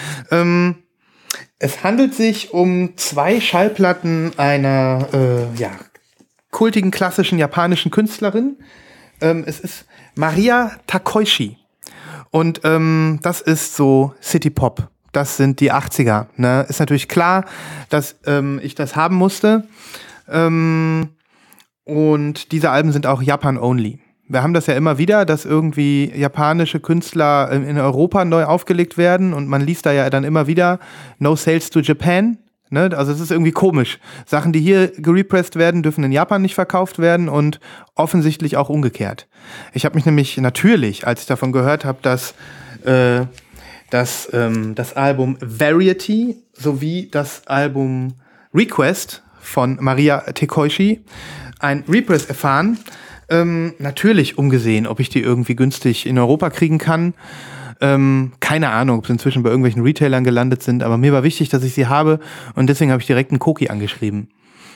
Es handelt sich um 2 Schallplatten einer kultigen, klassischen japanischen Künstlerin. Es ist Maria Takeshi. Und das ist so City Pop. Das sind die 80er. Ne? Ist natürlich klar, dass ich das haben musste. Und diese Alben sind auch Japan-only. Wir haben das ja immer wieder, dass irgendwie japanische Künstler in Europa neu aufgelegt werden und man liest da ja dann immer wieder No Sales to Japan. Ne? Also es ist irgendwie komisch. Sachen, die hier gerepressed werden, dürfen in Japan nicht verkauft werden und offensichtlich auch umgekehrt. Ich habe mich nämlich natürlich, als ich davon gehört habe, dass das Album Variety sowie das Album Request von Maria Takeshi ein Repress erfahren, natürlich umgesehen, ob ich die irgendwie günstig in Europa kriegen kann. Keine Ahnung, ob sie inzwischen bei irgendwelchen Retailern gelandet sind, aber mir war wichtig, dass ich sie habe und deswegen habe ich direkt einen Koki angeschrieben.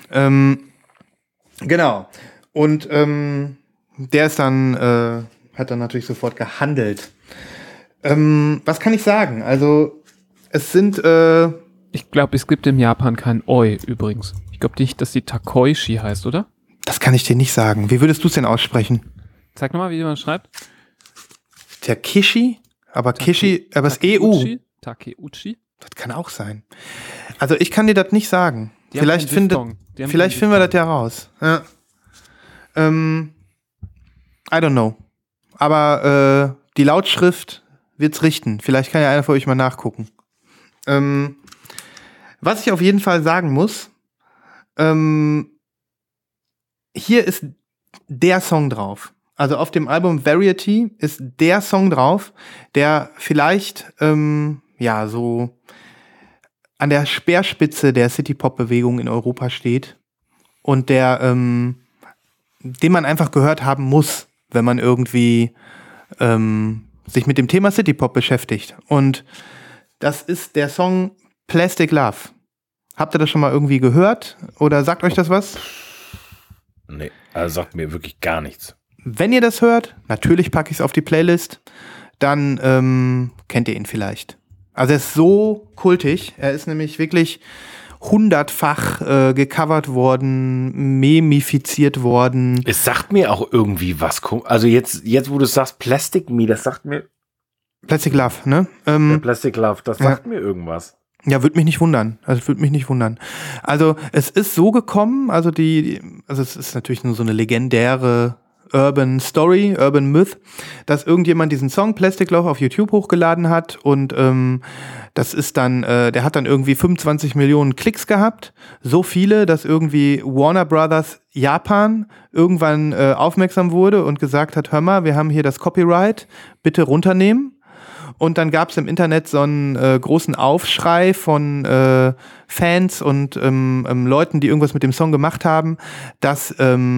Genau. Und der ist dann, hat dann natürlich sofort gehandelt. Was kann ich sagen? Also, es sind ich glaube, es gibt in Japan kein Oi übrigens. Ich glaube nicht, dass die Takeshi heißt, oder? Das kann ich dir nicht sagen. Wie würdest du es denn aussprechen? Sag nochmal, wie man schreibt. Takeshi? Aber Kishi, aber es ist EU. Takeuchi? Das kann auch sein. Also ich kann dir das nicht sagen. Vielleicht finden wir das ja raus. Ja. I don't know. Aber die Lautschrift wird's richten. Vielleicht kann ja einer von euch mal nachgucken. Was ich auf jeden Fall sagen muss, hier ist der Song drauf. Also auf dem Album Variety ist der Song drauf, der vielleicht so an der Speerspitze der City-Pop-Bewegung in Europa steht und der den man einfach gehört haben muss, wenn man irgendwie sich mit dem Thema City-Pop beschäftigt. Und das ist der Song Plastic Love. Habt ihr das schon mal irgendwie gehört? Oder sagt euch das was? Nee, also sagt mir wirklich gar nichts. Wenn ihr das hört, natürlich packe ich es auf die Playlist, dann kennt ihr ihn vielleicht. Also er ist so kultig, er ist nämlich wirklich 100-fach gecovert worden, memifiziert worden. Es sagt mir auch irgendwie was. Also jetzt wo du sagst, Plastic Me, das sagt mir... Plastic Love, ne? Plastic Love, das sagt mir irgendwas. Ja, würde mich nicht wundern. Also es ist so gekommen, also es ist natürlich nur so eine legendäre Urban Story, Urban Myth, dass irgendjemand diesen Song Plastic Love auf YouTube hochgeladen hat und das ist dann, der hat dann irgendwie 25 Millionen Klicks gehabt, so viele, dass irgendwie Warner Brothers Japan irgendwann aufmerksam wurde und gesagt hat, hör mal, wir haben hier das Copyright, bitte runternehmen. Und dann gab es im Internet so einen großen Aufschrei von Fans und Leuten, die irgendwas mit dem Song gemacht haben, dass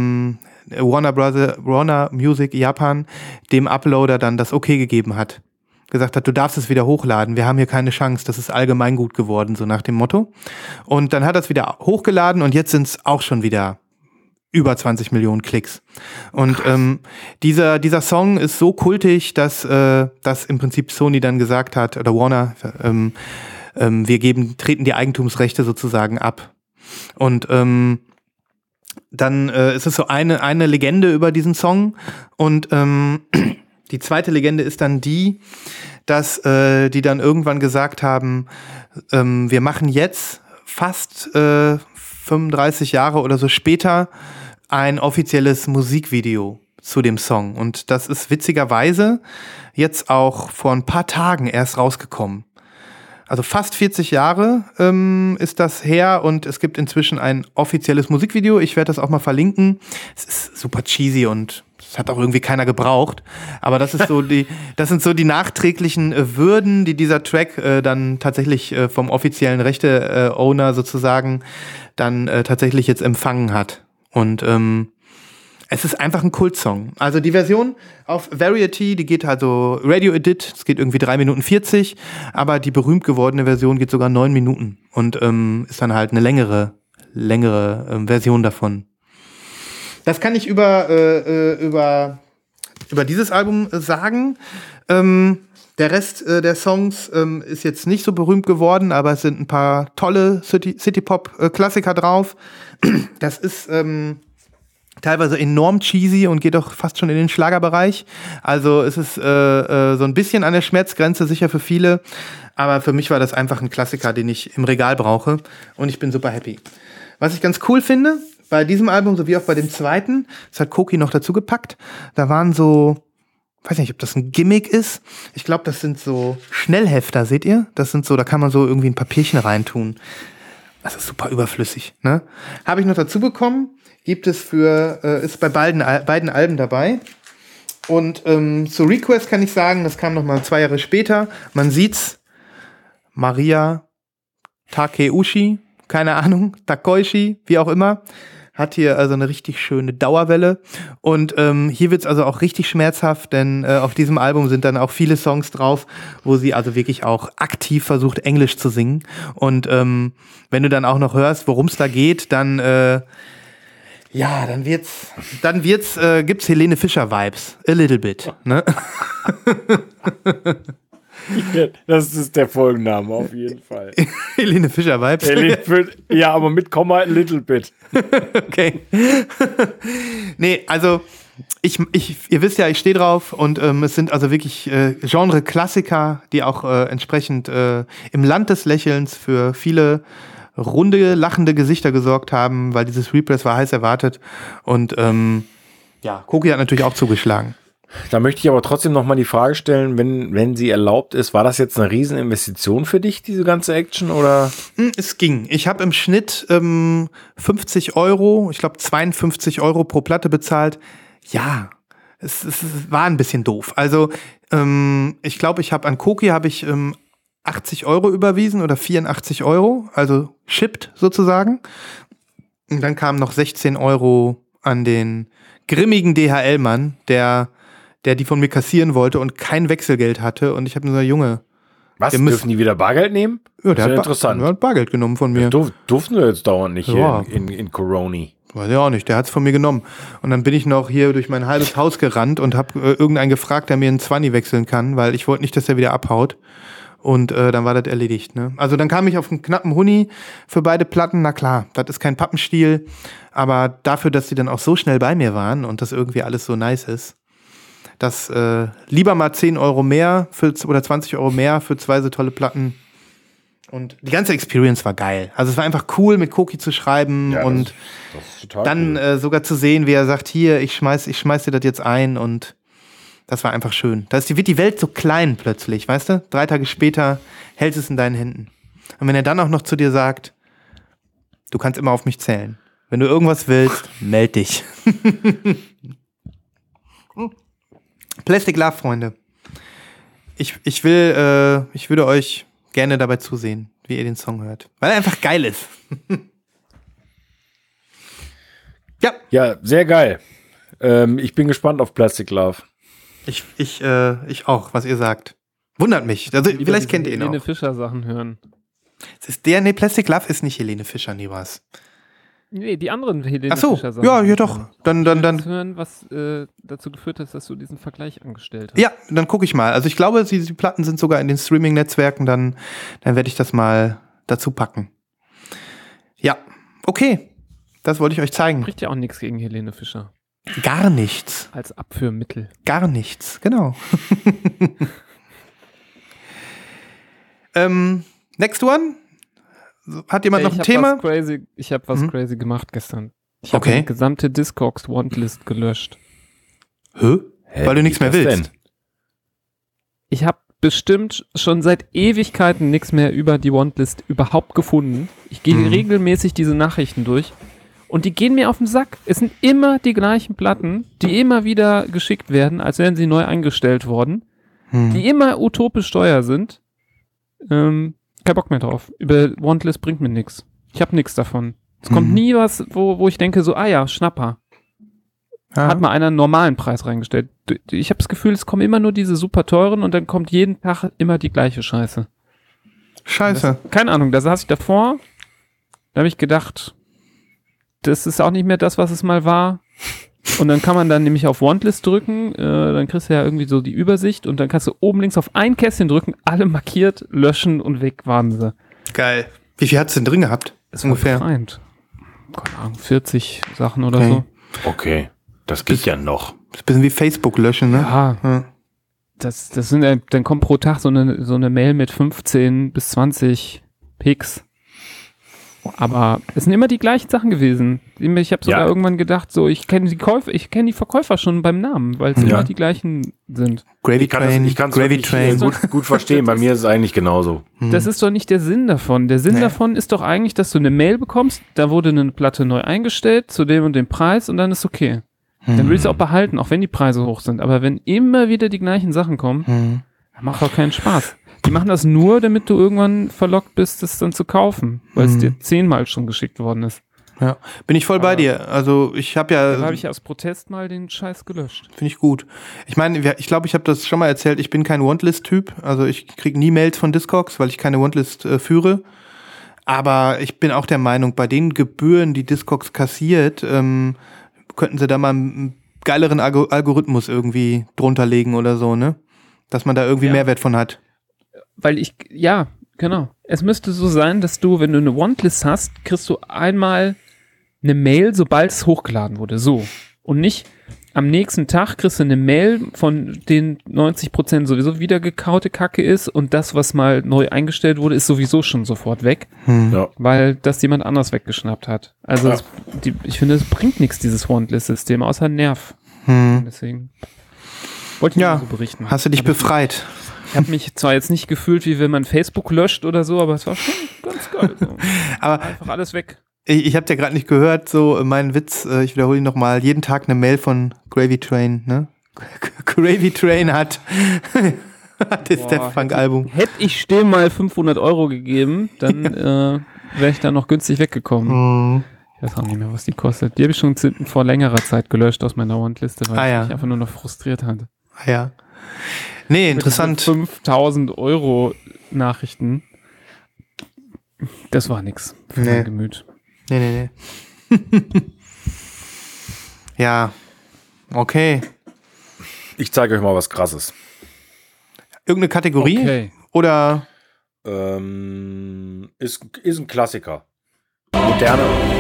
Warner Music Japan dem Uploader dann das Okay gegeben hat. Gesagt hat, du darfst es wieder hochladen, wir haben hier keine Chance, das ist allgemeingut geworden, so nach dem Motto. Und dann hat er es wieder hochgeladen und jetzt sind es auch schon wieder über 20 Millionen Klicks. Und dieser Song ist so kultig, dass im Prinzip Sony dann gesagt hat, oder Warner, wir treten die Eigentumsrechte sozusagen ab. Und dann ist es so eine Legende über diesen Song. Und die zweite Legende ist dann die, dass die dann irgendwann gesagt haben, wir machen jetzt fast 35 Jahre oder so später ein offizielles Musikvideo zu dem Song. Und das ist witzigerweise jetzt auch vor ein paar Tagen erst rausgekommen. Also fast 40 Jahre ist das her und es gibt inzwischen ein offizielles Musikvideo. Ich werde das auch mal verlinken. Es ist super cheesy und es hat auch irgendwie keiner gebraucht. Aber das ist das sind so die nachträglichen Würden, die dieser Track dann tatsächlich vom offiziellen Rechte-Owner sozusagen dann tatsächlich jetzt empfangen hat. Und es ist einfach ein Kultsong. Also die Version auf Variety, die geht also Radio Edit, es geht irgendwie 3 Minuten 40, aber die berühmt gewordene Version geht sogar 9 Minuten und ist dann halt eine längere Version davon. Das kann ich über dieses Album sagen. Der Rest der Songs ist jetzt nicht so berühmt geworden, aber es sind ein paar tolle City-Pop-Klassiker drauf. Das ist teilweise enorm cheesy und geht auch fast schon in den Schlagerbereich. Also es ist so ein bisschen an der Schmerzgrenze, sicher für viele. Aber für mich war das einfach ein Klassiker, den ich im Regal brauche. Und ich bin super happy. Was ich ganz cool finde, bei diesem Album sowie auch bei dem zweiten, das hat Koki noch dazu gepackt, da waren so, weiß nicht, ob das ein Gimmick ist. Ich glaube, das sind so Schnellhefter, seht ihr? Das sind so, da kann man so irgendwie ein Papierchen reintun. Das ist super überflüssig, ne? Habe ich noch dazu bekommen. Gibt es ist bei beiden Alben dabei. Und zu Request kann ich sagen, das kam noch mal 2 Jahre später. Man sieht's, Maria Takeuchi, keine Ahnung, Takoichi, wie auch immer, hat hier also eine richtig schöne Dauerwelle. Und hier wird's also auch richtig schmerzhaft, denn auf diesem Album sind dann auch viele Songs drauf, wo sie also wirklich auch aktiv versucht, Englisch zu singen. Und wenn du dann auch noch hörst, worum es da geht, dann gibt's Helene Fischer Vibes. A little bit, ne? Das ist der Folgenname auf jeden Fall. Helene Fischer Vibes. Ja, aber mit Komma a little bit. Okay. Nee, also ihr wisst ja, ich stehe drauf und es sind also wirklich Genre-Klassiker, die auch entsprechend im Land des Lächelns für viele runde, lachende Gesichter gesorgt haben, weil dieses Repress war heiß erwartet. Und Koki hat natürlich auch zugeschlagen. Da möchte ich aber trotzdem noch mal die Frage stellen, wenn sie erlaubt ist, war das jetzt eine Rieseninvestition für dich, diese ganze Action, oder? Es ging. Ich habe im Schnitt 50 Euro, ich glaube 52 Euro pro Platte bezahlt. Ja, es war ein bisschen doof. Also ich glaube, an Koki habe ich 80 Euro überwiesen oder 84 Euro, also shipped sozusagen. Und dann kamen noch 16 Euro an den grimmigen DHL-Mann, der die von mir kassieren wollte und kein Wechselgeld hatte. Und ich habe nur gesagt, Junge. Was, dürfen die wieder Bargeld nehmen? Ja, der hat interessant. Der hat Bargeld genommen von mir. Durften wir jetzt dauernd nicht ja. Hier in Coroni. Weiß ich auch nicht, der hat es von mir genommen. Und dann bin ich noch hier durch mein halbes Haus gerannt und habe irgendeinen gefragt, der mir einen 20 wechseln kann, weil ich wollte nicht, dass er wieder abhaut. Und dann war das erledigt. Ne? Also dann kam ich auf einen knappen Huni für beide Platten. Na klar, das ist kein Pappenstiel. Aber dafür, dass die dann auch so schnell bei mir waren und das irgendwie alles so nice ist, dass lieber mal 10 Euro mehr oder 20 Euro mehr für 2 so tolle Platten. Und die ganze Experience war geil. Also es war einfach cool, mit Koki zu schreiben ja, und das ist total dann cool. Sogar zu sehen, wie er sagt, hier, ich schmeiß dir das jetzt ein und das war einfach schön. Da wird die Welt so klein plötzlich, weißt du? 3 Tage später hältst es in deinen Händen. Und wenn er dann auch noch zu dir sagt, du kannst immer auf mich zählen. Wenn du irgendwas willst, meld dich. Plastic Love, Freunde. Ich würde euch gerne dabei zusehen, wie ihr den Song hört. Weil er einfach geil ist. Ja, sehr geil. Ich bin gespannt auf Plastic Love. Ich auch, was ihr sagt. Wundert mich. Also, vielleicht kennt ihr ihn auch. Helene Fischer Sachen hören. Plastic Love ist nicht Helene Fischer, nie was. Nee, die anderen Helene Ach so, Fischer Sachen. ja, doch. Dann hören, was dazu geführt hat, dass du diesen Vergleich angestellt hast. ja, dann gucke ich mal. Also ich glaube, die Platten sind sogar in den Streaming-Netzwerken, dann werde ich das mal dazu packen. Ja, okay. Das wollte ich euch zeigen. Spricht ja auch nichts gegen Helene Fischer. Gar nichts. Als Abführmittel. Gar nichts, genau. Next one? Hat jemand noch ein Thema? Ich habe was crazy gemacht gestern. Ich habe Okay. die gesamte Discogs Wantlist gelöscht. Hä? Weil du nichts mehr willst. Denn? Ich habe bestimmt schon seit Ewigkeiten nichts mehr über die Wantlist überhaupt gefunden. Ich gehe regelmäßig diese Nachrichten durch und die gehen mir auf den Sack. Es sind immer die gleichen Platten, die immer wieder geschickt werden, als wären sie neu eingestellt worden, die immer utopisch teuer sind. Kein Bock mehr drauf. Über Wantlist bringt mir nichts. Ich habe nichts davon. Es kommt nie was, wo ich denke so, Schnapper. Ja. Hat mal einer einen normalen Preis reingestellt. Ich habe das Gefühl, es kommen immer nur diese super teuren und dann kommt jeden Tag immer die gleiche Scheiße. Scheiße. Keine Ahnung, da saß ich davor, da habe ich gedacht, das ist auch nicht mehr das, was es mal war. Und dann kann man dann nämlich auf Wantlist drücken, dann kriegst du ja irgendwie so die Übersicht und dann kannst du oben links auf ein Kästchen drücken, alle markiert, löschen und weg waren sie. Geil. Wie viel hat's denn drin gehabt? Das Ungefähr. Keine Ahnung, 40 Sachen oder Okay. so. Okay, das geht ja noch. Das ist ein bisschen wie Facebook löschen, ne? Ja. Das sind ja, dann kommt pro Tag so eine Mail mit 15 bis 20 Pics. Aber es sind immer die gleichen Sachen gewesen. Ich habe sogar irgendwann gedacht, so ich kenne die Verkäufer schon beim Namen, weil es immer die gleichen sind. Gravy Train, Ich kann es Gravy Train. gut verstehen. Bei mir ist es eigentlich genauso. Das ist doch nicht der Sinn davon. Der Sinn davon ist doch eigentlich, dass du eine Mail bekommst, da wurde eine Platte neu eingestellt zu dem und dem Preis und dann ist okay. Dann will ich es auch behalten, auch wenn die Preise hoch sind. Aber wenn immer wieder die gleichen Sachen kommen, dann macht doch keinen Spaß. Die machen das nur, damit du irgendwann verlockt bist, das dann zu kaufen, weil es dir 10-mal schon geschickt worden ist. Ja, bin ich voll bei dir. Also ich habe ja... Da habe ich aus Protest mal den Scheiß gelöscht. Finde ich gut. Ich meine, ich glaube, ich habe das schon mal erzählt, ich bin kein Wantlist-Typ. Also ich kriege nie Mails von Discogs, weil ich keine Wantlist führe. Aber ich bin auch der Meinung, bei den Gebühren, die Discogs kassiert, könnten sie da mal einen geileren Algorithmus irgendwie drunter legen oder so, ne? Dass man da irgendwie Mehrwert von hat. Weil genau. Es müsste so sein, dass du, wenn du eine Wantlist hast, kriegst du einmal eine Mail, sobald es hochgeladen wurde. So. Und nicht am nächsten Tag kriegst du eine Mail, von denen 90% sowieso wieder gekaute Kacke ist und das, was mal neu eingestellt wurde, ist sowieso schon sofort weg, Ja. weil das jemand anders weggeschnappt hat. Also ich finde, es bringt nichts, dieses Wantlist-System, außer Nerv. Deswegen wollte ich nur so berichten. Hast du dich befreit? Ich habe mich zwar jetzt nicht gefühlt, wie wenn man Facebook löscht oder so, aber es war schon ganz geil. So. Aber Einfach alles weg. ich habe ja gerade nicht gehört, so meinen Witz, ich wiederhole ihn nochmal, jeden Tag eine Mail von Gravy Train, ne? Gravy Train hat das Daft Punk Album. Hätte ich Still mal 500 € gegeben, dann wäre ich da noch günstig weggekommen. Ich weiß auch nicht mehr, was die kostet. Die habe ich schon vor längerer Zeit gelöscht aus meiner Wantliste, weil ich mich einfach nur noch frustriert hatte. Ja. Nee, interessant. 5.000 € Nachrichten. Das war nix für mein Gemüt. Nee. Ja, okay. Ich zeige euch mal was Krasses. Irgendeine Kategorie? Okay. Oder? Ist ein Klassiker. Moderne.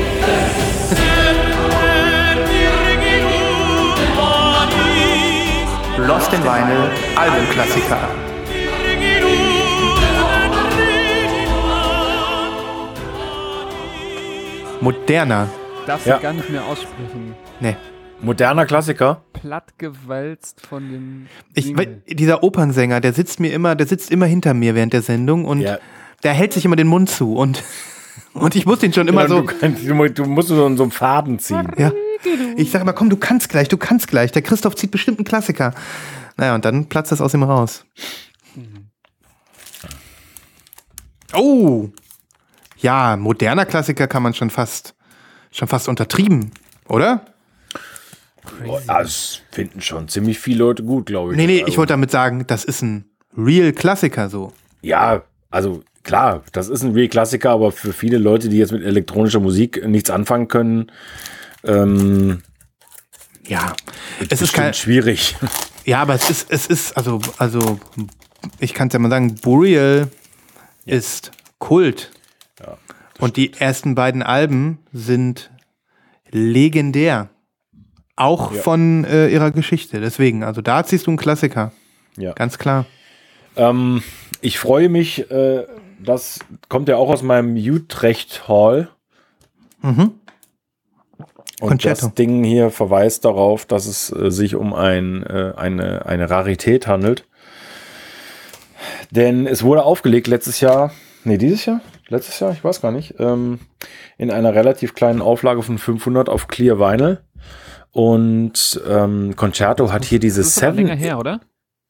Lost in Vinyl, Albumklassiker. Moderner. Darfst du gar nicht mehr aussprechen. Nee. Moderner Klassiker. Plattgewalzt von dem Dieser Opernsänger, der sitzt immer hinter mir während der Sendung und der hält sich immer den Mund zu und ich muss den schon immer so... Du musst so einen Faden ziehen. Ja. Ich sage immer, komm, du kannst gleich. Der Christoph zieht bestimmt einen Klassiker. Naja, und dann platzt das aus ihm raus. Oh! Ja, moderner Klassiker kann man schon fast untertrieben, oder? Das finden schon ziemlich viele Leute gut, glaube ich. Nee, ich wollte damit sagen, das ist ein Real-Klassiker so. Ja, also klar, das ist ein Klassiker, aber für viele Leute, die jetzt mit elektronischer Musik nichts anfangen können, Ja, es ist schwierig. Ja, aber es ist, also, ich kann es ja mal sagen, Burial ist Kult. Ja, und die ersten beiden Alben sind legendär. Auch von ihrer Geschichte. Deswegen, also da ziehst du einen Klassiker. Ja. Ganz klar. Ich freue mich, das kommt ja auch aus meinem Utrecht Hall. Mhm. Und Concerto. das Ding hier verweist darauf, dass es sich um eine Rarität handelt. Denn es wurde aufgelegt dieses Jahr, ich weiß gar nicht, in einer relativ kleinen Auflage von 500 auf Clear Vinyl. Und Concerto hat hier diese Das ist aber Seven. länger her, oder?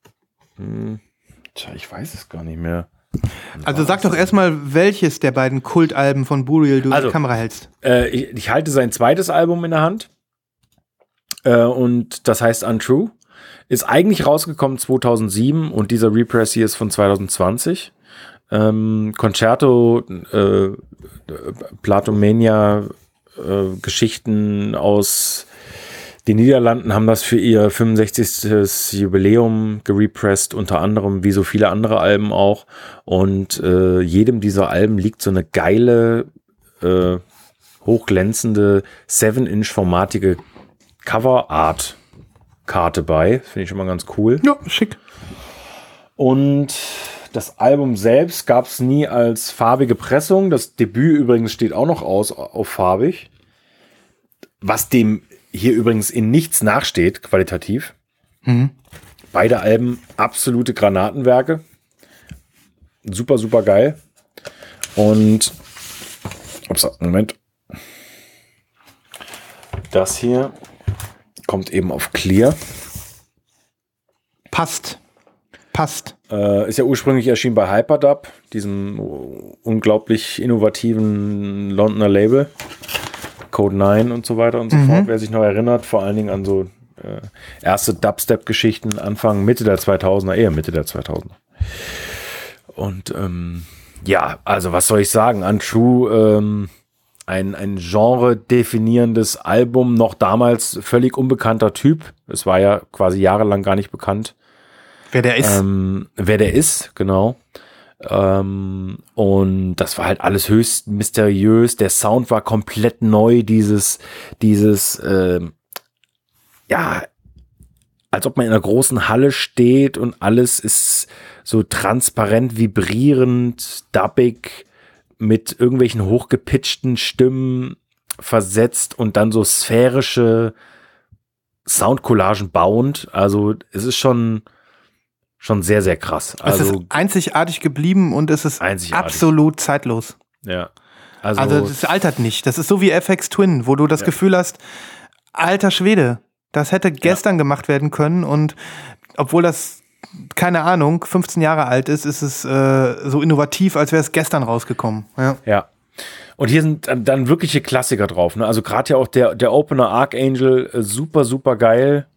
Tja, ich weiß es gar nicht mehr. Also sag doch erstmal, welches der beiden Kultalben von Burial du in die Kamera hältst. Ich halte sein zweites Album in der Hand. Und das heißt Untrue. Ist eigentlich rausgekommen 2007 und dieser Repress hier ist von 2020. Concerto, Platomania, Geschichten aus den Niederlanden haben das für ihr 65. Jubiläum gerepresst, unter anderem wie so viele andere Alben auch. Und jedem dieser Alben liegt so eine geile, hochglänzende 7-Inch-formatige Cover-Art-Karte bei. Finde ich schon mal ganz cool. Ja, schick. Und das Album selbst gab es nie als farbige Pressung. Das Debüt übrigens steht auch noch auf farbig. Was dem hier übrigens in nichts nachsteht, qualitativ. Mhm. Beide Alben absolute Granatenwerke. Super, super geil. Und Moment. Das hier kommt eben auf Clear. Passt. Ist ja ursprünglich erschienen bei Hyperdub, diesem unglaublich innovativen Londoner Label. Code 9 und so weiter und so fort. Wer sich noch erinnert, vor allen Dingen an so erste Dubstep-Geschichten Mitte der 2000er. Und ja, also was soll ich sagen? Untrue, ein genre-definierendes Album, noch damals völlig unbekannter Typ. Es war ja quasi jahrelang gar nicht bekannt. Wer der ist. Genau. Und das war halt alles höchst mysteriös. Der Sound war komplett neu. Dieses ja, als ob man in einer großen Halle steht und alles ist so transparent, vibrierend, dubbig, mit irgendwelchen hochgepitchten Stimmen versetzt und dann so sphärische Soundcollagen bauend. Also es ist schon sehr, sehr krass. Es ist einzigartig geblieben und es ist absolut zeitlos. Ja. Also das altert nicht. Das ist so wie FX Twin, wo du das Gefühl hast, alter Schwede, das hätte gestern gemacht werden können und obwohl das, keine Ahnung, 15 Jahre alt ist, ist es so innovativ, als wäre es gestern rausgekommen. Ja. Und hier sind dann wirkliche Klassiker drauf. Ne? Also gerade ja auch der Opener Archangel, super, super geil.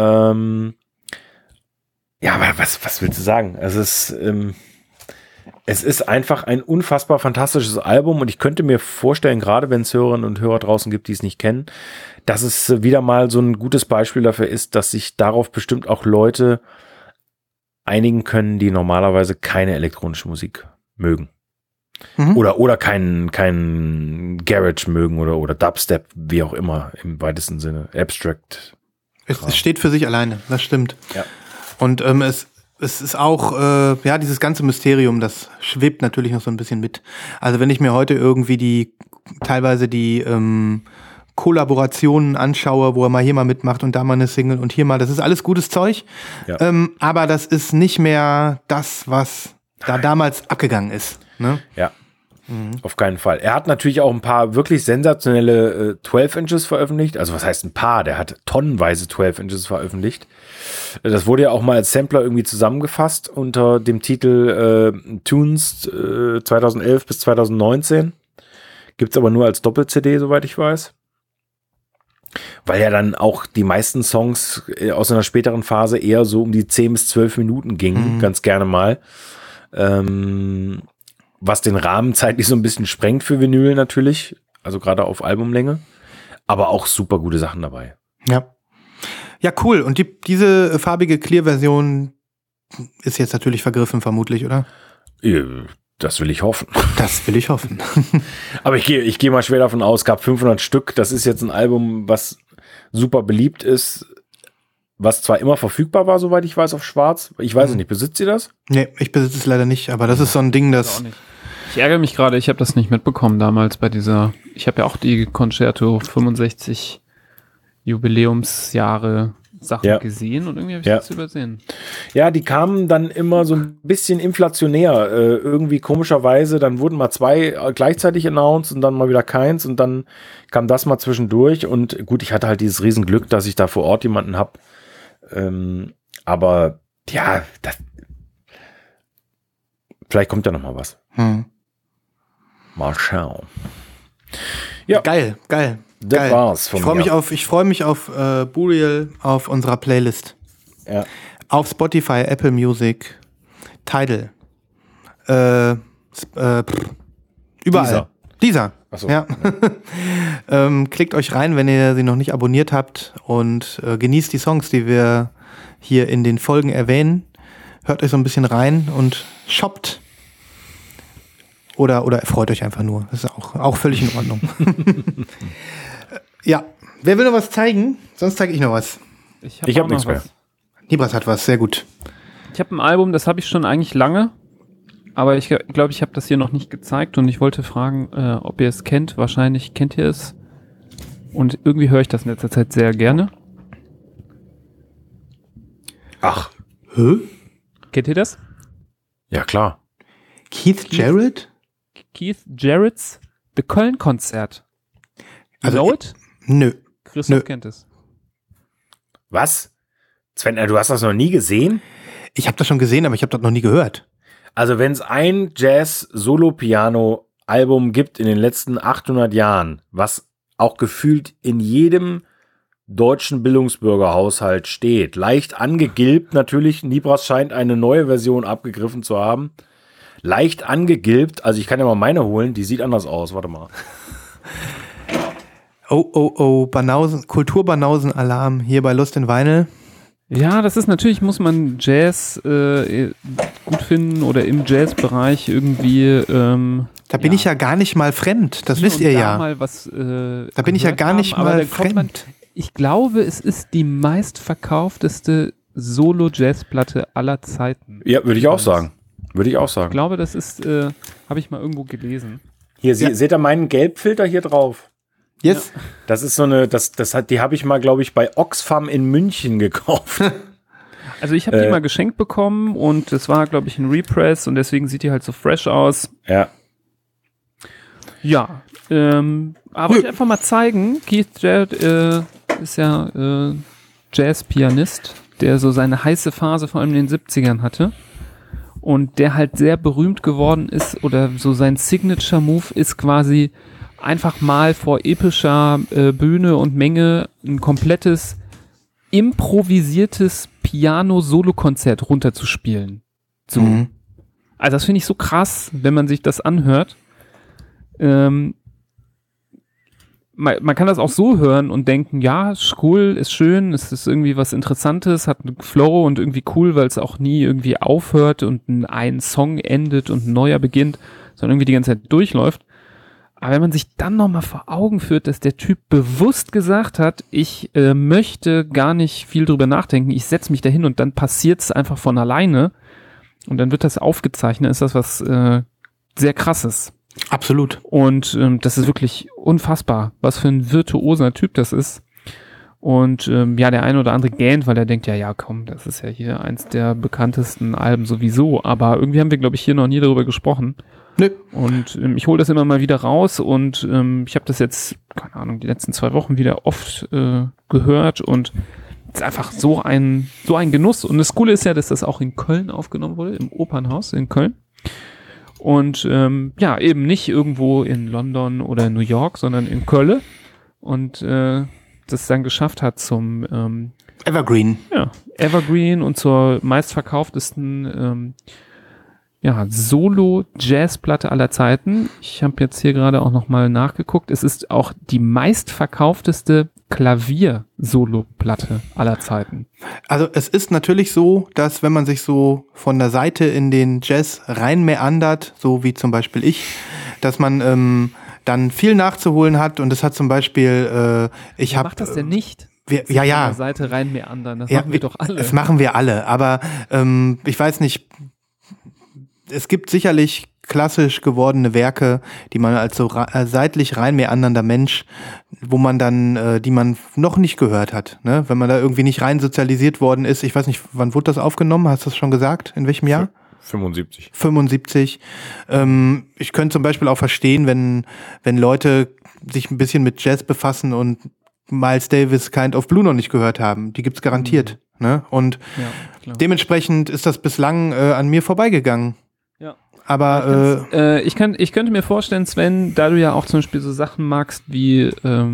Ja, aber was willst du sagen? Es ist einfach ein unfassbar fantastisches Album und ich könnte mir vorstellen, gerade wenn es Hörerinnen und Hörer draußen gibt, die es nicht kennen, dass es wieder mal so ein gutes Beispiel dafür ist, dass sich darauf bestimmt auch Leute einigen können, die normalerweise keine elektronische Musik mögen. Oder keinen Garage mögen oder Dubstep, wie auch immer, im weitesten Sinne. Abstract. Es steht für sich alleine, das stimmt. Ja. Und es ist auch, dieses ganze Mysterium, das schwebt natürlich noch so ein bisschen mit. Also wenn ich mir heute irgendwie teilweise die Kollaborationen anschaue, wo er mal hier mal mitmacht und da mal eine Single und hier mal, das ist alles gutes Zeug. Ja. Aber das ist nicht mehr das, was da damals abgegangen ist. Ne? Ja. Auf keinen Fall. Er hat natürlich auch ein paar wirklich sensationelle 12 Inches veröffentlicht. Also was heißt ein paar? Der hat tonnenweise 12 Inches veröffentlicht. Das wurde ja auch mal als Sampler irgendwie zusammengefasst unter dem Titel Tunes 2011 bis 2019. Gibt's aber nur als Doppel-CD, soweit ich weiß. Weil ja dann auch die meisten Songs aus einer späteren Phase eher so um die 10 bis 12 Minuten gingen. Ganz gerne mal. was den Rahmen zeitlich so ein bisschen sprengt für Vinyl natürlich, also gerade auf Albumlänge, aber auch super gute Sachen dabei. Ja. Ja, cool. Und diese farbige Clear-Version ist jetzt natürlich vergriffen, vermutlich, oder? Das will ich hoffen. Das will ich hoffen. Aber ich gehe mal schwer davon aus, es gab 500 Stück. Das ist jetzt ein Album, was super beliebt ist, was zwar immer verfügbar war, soweit ich weiß, auf Schwarz. Ich weiß es nicht. Besitzt ihr das? Nee, ich besitze es leider nicht, aber das ist so ein Ding, das... Ich ärgere mich gerade, ich habe das nicht mitbekommen damals bei dieser... Ich habe ja auch die Concerto 65 Jubiläumsjahre Sachen gesehen und irgendwie habe ich das übersehen. Ja, die kamen dann immer so ein bisschen inflationär. Irgendwie komischerweise, dann wurden mal 2 gleichzeitig announced und dann mal wieder keins und dann kam das mal zwischendurch und gut, ich hatte halt dieses Riesenglück, dass ich da vor Ort jemanden habe. Aber ja, vielleicht kommt ja noch mal was. Mal schauen. Ja. Geil. Das war's von mir. Ich freue mich auf Burial auf unserer Playlist. Ja. Auf Spotify, Apple Music, Tidal. Überall. Dieser. Achso. Ja. Klickt euch rein, wenn ihr sie noch nicht abonniert habt und genießt die Songs, die wir hier in den Folgen erwähnen. Hört euch so ein bisschen rein und shoppt. Oder erfreut euch einfach nur. Das ist auch völlig in Ordnung. Ja, wer will noch was zeigen? Sonst zeige ich noch was. Ich hab nichts mehr. Nibras hat was, sehr gut. Ich habe ein Album, das habe ich schon eigentlich lange, aber ich glaube, ich habe das hier noch nicht gezeigt und ich wollte fragen, ob ihr es kennt. Wahrscheinlich kennt ihr es. Und irgendwie höre ich das in letzter Zeit sehr gerne. Ach. Kennt ihr das? Ja, klar. Keith Jarrett? Keith Jarrett's The Köln-Konzert. Also, nö. Christoph kennt es. Was? Sven, du hast das noch nie gesehen? Ich habe das schon gesehen, aber ich habe das noch nie gehört. Also wenn es ein Jazz-Solo-Piano-Album gibt in den letzten 800 Jahren, was auch gefühlt in jedem deutschen Bildungsbürgerhaushalt steht, leicht angegilbt natürlich, Nibras scheint eine neue Version abgegriffen zu haben, leicht angegilbt, also ich kann ja mal meine holen, die sieht anders aus, warte mal. Oh, Banausen, Kulturbanausen-Alarm hier bei Lust in Vinyl. Ja, das ist natürlich, muss man Jazz gut finden oder im Jazzbereich irgendwie. Da bin ich ja gar nicht mal fremd, das wisst ihr ja. Mal was, da bin ich ja gar nicht mal fremd. Ich glaube, es ist die meistverkaufteste Solo-Jazz-Platte aller Zeiten. Ja, würde ich auch sagen. Ich glaube, das ist, habe ich mal irgendwo gelesen. Hier, seht ihr meinen Gelbfilter hier drauf? Yes. Ja. Das ist so eine, die habe ich mal, glaube ich, bei Oxfam in München gekauft. Also ich habe die mal geschenkt bekommen und es war, glaube ich, ein Repress und deswegen sieht die halt so fresh aus. Ja. Ja, aber ich einfach mal zeigen, Keith Jarrett ist ja Jazz-Pianist, der so seine heiße Phase vor allem in den 70ern hatte und der halt sehr berühmt geworden ist oder so sein Signature-Move ist quasi einfach mal vor epischer Bühne und Menge ein komplettes improvisiertes Piano-Solo-Konzert runterzuspielen. So. Also das finde ich so krass, wenn man sich das anhört. Man kann das auch so hören und denken, ja, ist cool, ist schön, es ist irgendwie was Interessantes, hat einen Flow und irgendwie cool, weil es auch nie irgendwie aufhört und ein Song endet und ein neuer beginnt, sondern irgendwie die ganze Zeit durchläuft. Aber wenn man sich dann nochmal vor Augen führt, dass der Typ bewusst gesagt hat, ich möchte gar nicht viel drüber nachdenken, ich setze mich dahin und dann passiert es einfach von alleine und dann wird das aufgezeichnet, ist das was sehr Krasses. Absolut. Und das ist wirklich unfassbar, was für ein virtuoser Typ das ist. Und ja, der eine oder andere gähnt, weil er denkt, ja komm, das ist ja hier eins der bekanntesten Alben sowieso. Aber irgendwie haben wir, glaube ich, hier noch nie darüber gesprochen. Nö. Und ich hole das immer mal wieder raus und ich habe das jetzt, keine Ahnung, die letzten 2 Wochen wieder oft gehört und es ist einfach so ein Genuss. Und das Coole ist ja, dass das auch in Köln aufgenommen wurde, im Opernhaus in Köln. Und ja, eben nicht irgendwo in London oder in New York, sondern in Köln. Und das dann geschafft hat zum Evergreen. Ja, Evergreen und zur meistverkauftesten Solo-Jazz-Platte aller Zeiten. Ich habe jetzt hier gerade auch nochmal nachgeguckt. Es ist auch die meistverkaufteste Klavier-Solo-Platte aller Zeiten. Also es ist natürlich so, dass wenn man sich so von der Seite in den Jazz rein meandert, so wie zum Beispiel ich, dass man dann viel nachzuholen hat und es hat zum Beispiel, Wer macht das denn nicht? Ja. Von der Seite rein meandern, das machen wir doch alle. Das machen wir alle, aber ich weiß nicht, es gibt sicherlich klassisch gewordene Werke, die man als so seitlich rein meandernder Mensch, wo man dann, die man noch nicht gehört hat, ne? Wenn man da irgendwie nicht rein sozialisiert worden ist. Ich weiß nicht, wann wurde das aufgenommen? Hast du das schon gesagt? In welchem Jahr? 75. 75. Ich könnte zum Beispiel auch verstehen, wenn Leute sich ein bisschen mit Jazz befassen und Miles Davis Kind of Blue noch nicht gehört haben. Die gibt's garantiert. Ne? Und dementsprechend ist das bislang an mir vorbeigegangen. Ja. Aber ich könnte mir vorstellen, Sven, da du ja auch zum Beispiel so Sachen magst wie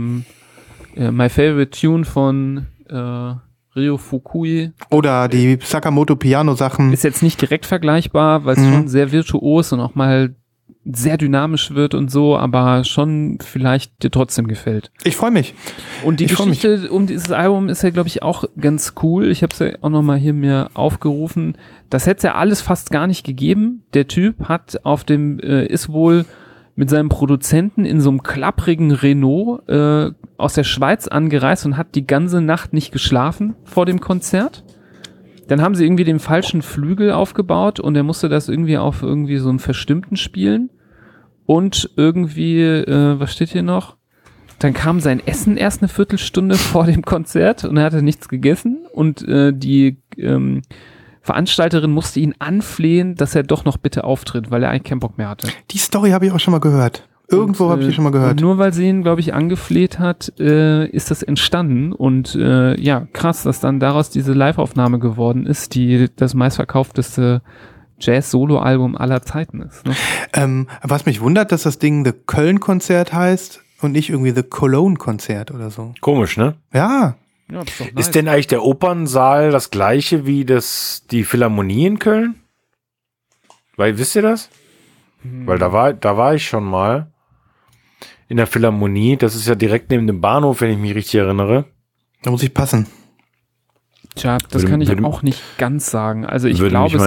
My Favorite Tune von Ryo Fukui. Oder die Sakamoto Piano Sachen. Ist jetzt nicht direkt vergleichbar, weil es schon sehr virtuos und auch mal sehr dynamisch wird und so, aber schon vielleicht dir trotzdem gefällt. Ich freue mich. Und die Geschichte um dieses Album ist ja, glaube ich, auch ganz cool. Ich habe es ja auch nochmal hier mir aufgerufen. Das hätte es ja alles fast gar nicht gegeben. Der Typ hat ist wohl mit seinem Produzenten in so einem klapprigen Renault aus der Schweiz angereist und hat die ganze Nacht nicht geschlafen vor dem Konzert. Dann haben sie irgendwie den falschen Flügel aufgebaut und er musste das irgendwie auf irgendwie so einen Verstimmten spielen. Und irgendwie, was steht hier noch? Dann kam sein Essen erst eine Viertelstunde vor dem Konzert und er hatte nichts gegessen. Und die Veranstalterin musste ihn anflehen, dass er doch noch bitte auftritt, weil er eigentlich keinen Bock mehr hatte. Die Story habe ich auch schon mal gehört. Irgendwo habe ich die schon mal gehört. Und nur weil sie ihn, glaube ich, angefleht hat, ist das entstanden. Und krass, dass dann daraus diese Live-Aufnahme geworden ist, die das meistverkaufteste Jazz-Solo-Album aller Zeiten ist. Ne? Was mich wundert, dass das Ding The Köln-Konzert heißt und nicht irgendwie The Cologne-Konzert oder so. Komisch, ne? Ja. Ja, ist doch nice. Ist denn eigentlich der Opernsaal das gleiche wie die Philharmonie in Köln? Weil, wisst ihr das? Weil da war ich schon mal in der Philharmonie. Das ist ja direkt neben dem Bahnhof, wenn ich mich richtig erinnere. Da muss ich passen. Tja, das kann ich auch nicht ganz sagen. Also ich glaube,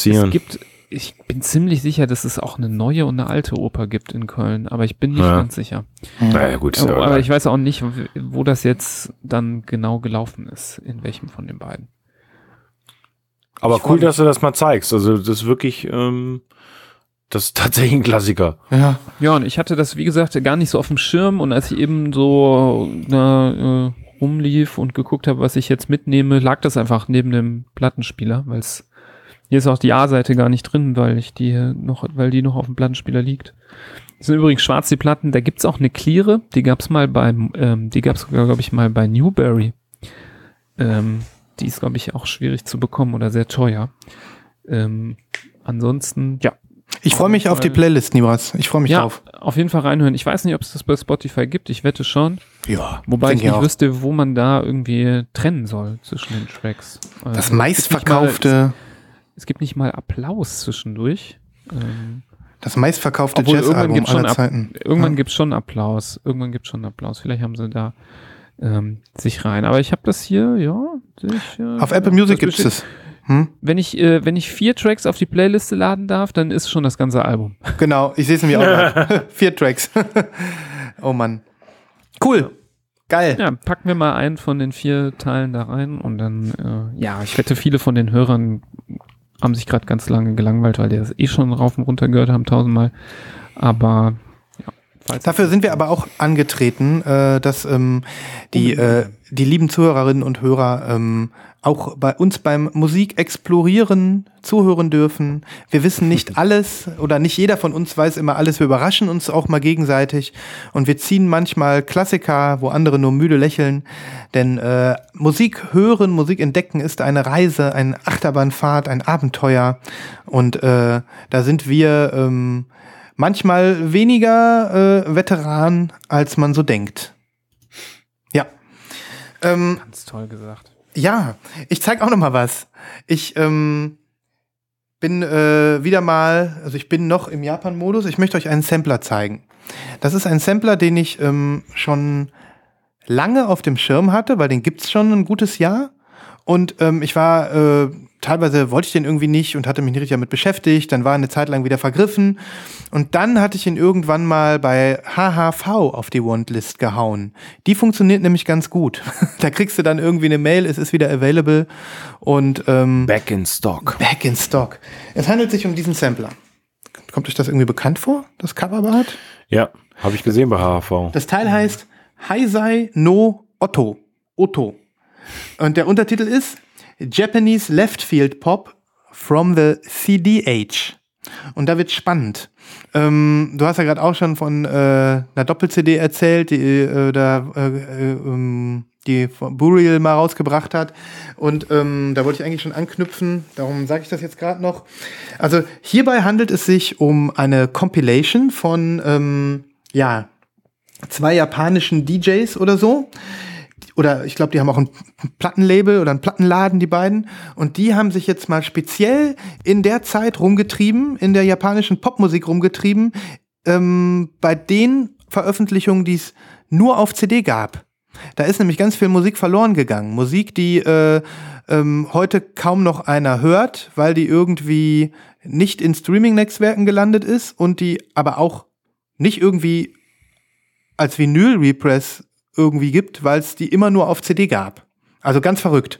ich bin ziemlich sicher, dass es auch eine neue und eine alte Oper gibt in Köln, aber ich bin nicht ganz sicher. Naja, gut. Aber ich weiß auch nicht, wo das jetzt dann genau gelaufen ist, in welchem von den beiden. Aber cool, dass du das mal zeigst. Also das ist wirklich, das ist tatsächlich ein Klassiker. Ja. Ja, und ich hatte das, wie gesagt, gar nicht so auf dem Schirm und als ich eben so rumlief und geguckt habe, was ich jetzt mitnehme, lag das einfach neben dem Plattenspieler, weil hier ist auch die A-Seite gar nicht drin, weil die noch auf dem Plattenspieler liegt. Das sind übrigens schwarz, die Platten, da gibt's auch eine Cleare, die gab's sogar, glaube ich, mal bei Newberry. Die ist, glaube ich, auch schwierig zu bekommen oder sehr teuer. Ansonsten, ja. Ich freue mich auf die Playlist, Nibras. Ich freue mich drauf. Auf jeden Fall reinhören. Ich weiß nicht, ob es das bei Spotify gibt. Ich wette schon. Ja. Wobei ich nicht wüsste, wo man da irgendwie trennen soll zwischen den Tracks. Also das meistverkaufte. Es gibt nicht mal Applaus zwischendurch. Das meistverkaufte Jazzalbum aller Zeiten. Irgendwann gibt's schon Applaus. Vielleicht haben sie da sich rein. Aber ich habe das hier, auf Apple Music gibt's das. Wenn ich 4 Tracks auf die Playliste laden darf, dann ist schon das ganze Album. Genau, ich sehe es nämlich auch. 4 Tracks. Oh Mann. Cool. Geil. Ja, packen wir mal einen von den 4 Teilen da rein und dann, ich wette, viele von den Hörern haben sich gerade ganz lange gelangweilt, weil die das schon rauf und runter gehört haben, 1000-mal. Aber dafür sind wir aber auch angetreten, dass die lieben Zuhörerinnen und Hörer auch bei uns beim Musik explorieren zuhören dürfen. Wir wissen nicht alles oder nicht jeder von uns weiß immer alles. Wir überraschen uns auch mal gegenseitig und wir ziehen manchmal Klassiker, wo andere nur müde lächeln. Denn Musik hören, Musik entdecken ist eine Reise, eine Achterbahnfahrt, ein Abenteuer. Und da sind wir manchmal weniger Veteran, als man so denkt. Ja. Ganz toll gesagt. Ja, ich zeig auch noch mal was. Ich bin wieder mal, also ich bin noch im Japan-Modus. Ich möchte euch einen Sampler zeigen. Das ist ein Sampler, den ich schon lange auf dem Schirm hatte, weil den gibt's schon ein gutes Jahr. Und ich war, teilweise wollte ich den irgendwie nicht und hatte mich nicht richtig damit beschäftigt. Dann war er eine Zeit lang wieder vergriffen. Und dann hatte ich ihn irgendwann mal bei HHV auf die Wantlist gehauen. Die funktioniert nämlich ganz gut. Da kriegst du dann irgendwie eine Mail, es ist wieder available. Und Back in Stock. Back in Stock. Es handelt sich um diesen Sampler. Kommt euch das irgendwie bekannt vor, das Coverbart? Ja, habe ich gesehen bei HHV. Das Teil heißt Heisei no Otto. Otto. Und der Untertitel ist Japanese Left Field Pop from the CDH. Und da wird spannend. Du hast ja gerade auch schon von einer Doppel-CD erzählt, die Burial mal rausgebracht hat. Und da wollte ich eigentlich schon anknüpfen, darum sage ich das jetzt gerade noch. Also hierbei handelt es sich um eine Compilation von 2 japanischen DJs oder so. Oder ich glaube, die haben auch ein Plattenlabel oder ein Plattenladen, die beiden. Und die haben sich jetzt mal speziell in der Zeit rumgetrieben, in der japanischen Popmusik rumgetrieben, bei den Veröffentlichungen, die es nur auf CD gab. Da ist nämlich ganz viel Musik verloren gegangen. Musik, die heute kaum noch einer hört, weil die irgendwie nicht in Streaming-Netzwerken gelandet ist und die aber auch nicht irgendwie als Vinyl-Repress irgendwie gibt, weil es die immer nur auf CD gab. Also ganz verrückt.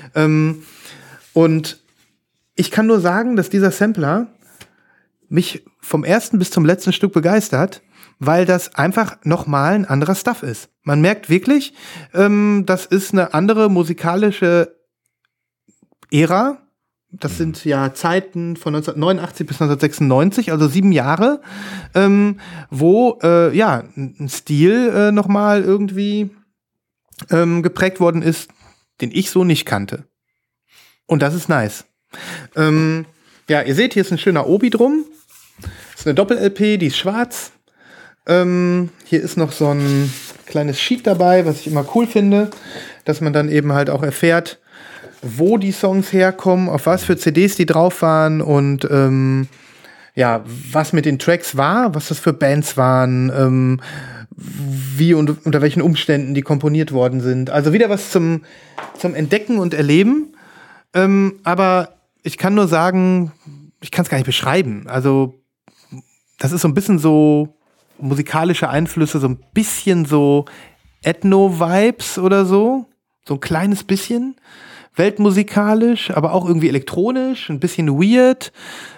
Und ich kann nur sagen, dass dieser Sampler mich vom ersten bis zum letzten Stück begeistert, weil das einfach nochmal ein anderer Stuff ist. Man merkt wirklich, das ist eine andere musikalische Ära. Das sind ja Zeiten von 1989 bis 1996, also 7 Jahre, wo ein Stil nochmal irgendwie geprägt worden ist, den ich so nicht kannte. Und das ist nice. Ihr seht, hier ist ein schöner Obi drum. Das ist eine Doppel-LP, die ist schwarz. Hier ist noch so ein kleines Sheet dabei, was ich immer cool finde, dass man dann eben halt auch erfährt, wo die Songs herkommen, auf was für CDs die drauf waren und was mit den Tracks war, was das für Bands waren, wie und unter welchen Umständen die komponiert worden sind. Also wieder was zum Entdecken und Erleben. Aber ich kann nur sagen, ich kann es gar nicht beschreiben. Also das ist so ein bisschen so musikalische Einflüsse, so ein bisschen so Ethno-Vibes oder so. So ein kleines bisschen. Weltmusikalisch, aber auch irgendwie elektronisch, ein bisschen weird.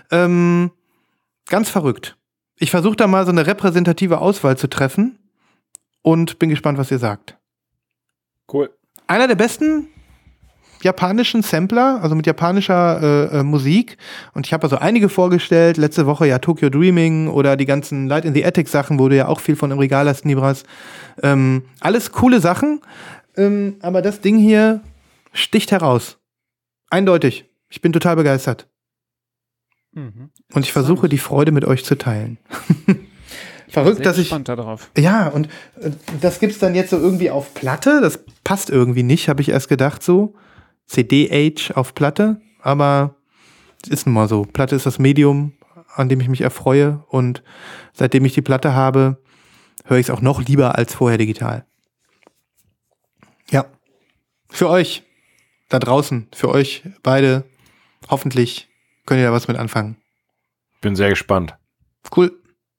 Ganz verrückt. Ich versuche da mal so eine repräsentative Auswahl zu treffen und bin gespannt, was ihr sagt. Cool. Einer der besten japanischen Sampler, also mit japanischer Musik. Und ich habe also einige vorgestellt. Letzte Woche ja Tokyo Dreaming oder die ganzen Light in the Attic Sachen, wo du ja auch viel von im Regal hast, Nibras. Alles coole Sachen. Aber das Ding hier sticht heraus. Eindeutig. Ich bin total begeistert. Und ich versuche, die Freude mit euch zu teilen. Verrückt, dass ich... darauf. Ja, und das gibt's dann jetzt so irgendwie auf Platte. Das passt irgendwie nicht, habe ich erst gedacht so. CD-Age auf Platte. Aber es ist nun mal so. Platte ist das Medium, an dem ich mich erfreue. Und seitdem ich die Platte habe, höre ich es auch noch lieber als vorher digital. Ja. Für euch da draußen, für euch beide, hoffentlich könnt ihr da was mit anfangen. Bin sehr gespannt. Cool.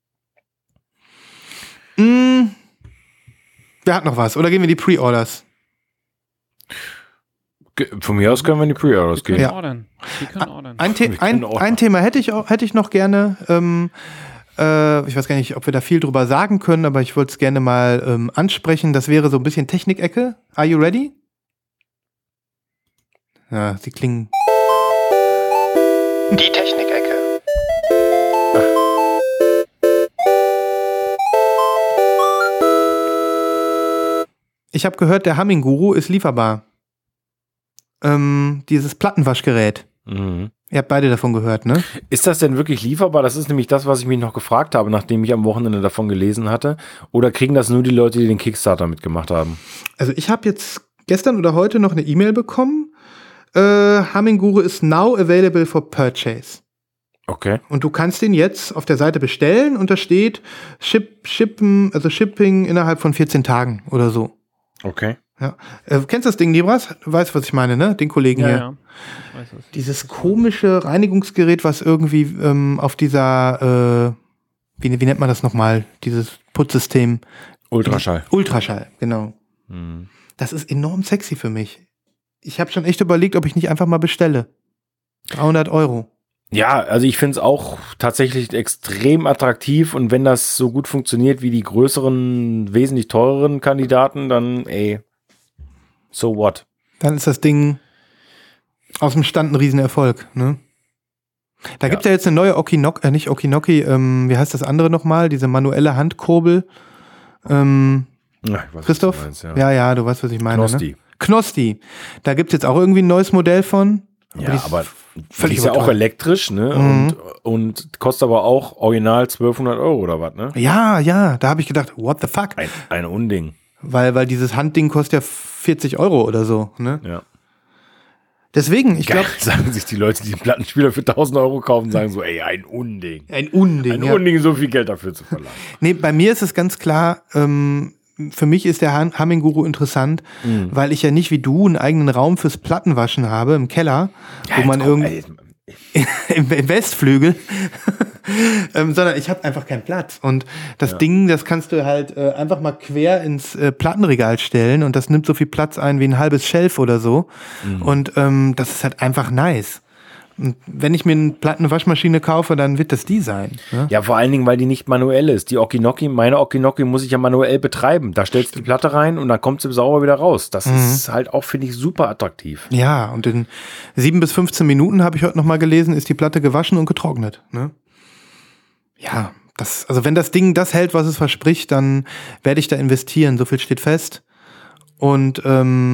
Wer hat noch was? Oder gehen wir die Pre-Orders? Von mir aus können wir in die Pre-Orders gehen. Ja. Ordern. Die können ordern. Ein Thema hätte ich noch gerne. Ich weiß gar nicht, ob wir da viel drüber sagen können, aber ich wollte es gerne mal ansprechen. Das wäre so ein bisschen Technik-Ecke. Are you ready? Ja, sie klingen. Die Technik-Ecke. Ich habe gehört, der Humming Guru ist lieferbar. Dieses Plattenwaschgerät. Mhm. Ihr habt beide davon gehört, ne? Ist das denn wirklich lieferbar? Das ist nämlich das, was ich mich noch gefragt habe, nachdem ich am Wochenende davon gelesen hatte. Oder kriegen das nur die Leute, die den Kickstarter mitgemacht haben? Also ich habe jetzt gestern oder heute noch eine E-Mail bekommen. Humming Guru is now available for purchase. Okay. Und du kannst den jetzt auf der Seite bestellen und da steht Shipping innerhalb von 14 Tagen oder so. Okay. Ja. Kennst du das Ding, Libras? Du weißt, was ich meine, ne? Den Kollegen hier. Ja. Ich weiß, was Dieses komische Reinigungsgerät, was irgendwie auf dieser, wie nennt man das nochmal? Dieses Putzsystem. Ultraschall. Ultraschall, genau. Das ist enorm sexy für mich. Ich habe schon echt überlegt, ob ich nicht einfach mal bestelle. 300 €. Ja, also ich finde es auch tatsächlich extrem attraktiv und wenn das so gut funktioniert wie die größeren, wesentlich teureren Kandidaten, dann so what? Dann ist das Ding aus dem Stand ein Riesenerfolg, ne? Da gibt's ja jetzt eine neue nicht Okinoki, wie heißt das andere nochmal? Diese manuelle Handkurbel. Ich weiß, Christoph? was du meinst, ja. Ja, du weißt, was ich meine. Knosti. Ne? Knosti. Da gibt's jetzt auch irgendwie ein neues Modell von. Aber völlig die ist ja auch überteuert. elektrisch, ne? Und kostet aber auch original 1.200 € oder was, ne? Ja, da habe ich gedacht, what the fuck? Ein Unding. Weil dieses Handding kostet ja 40 € oder so, ne? Ja. Deswegen, ich glaube. Sagen sich die Leute, die einen Plattenspieler für 1.000 € kaufen, sagen so, ein Unding. Ein Unding. Ein Unding, so viel Geld dafür zu verlangen. Nee, bei mir ist es ganz klar, für mich ist der Humming Guru interessant, weil ich ja nicht wie du einen eigenen Raum fürs Plattenwaschen habe im Keller, wo man irgendwie im Westflügel, sondern ich habe einfach keinen Platz. Und das Ding, das kannst du halt einfach mal quer ins Plattenregal stellen und das nimmt so viel Platz ein wie ein halbes Shelf oder so. Und das ist halt einfach nice. Und wenn ich mir eine Plattenwaschmaschine kaufe, dann wird das die sein. Ne? Ja, vor allen Dingen, weil die nicht manuell ist. Meine Okinoki muss ich ja manuell betreiben. Da stellst du die Platte rein und dann kommt sie sauber wieder raus. Das ist halt auch, finde ich, super attraktiv. Ja, und in 7 bis 15 Minuten, habe ich heute noch mal gelesen, ist die Platte gewaschen und getrocknet. Ne? Ja, also wenn das Ding das hält, was es verspricht, dann werde ich da investieren. So viel steht fest. Und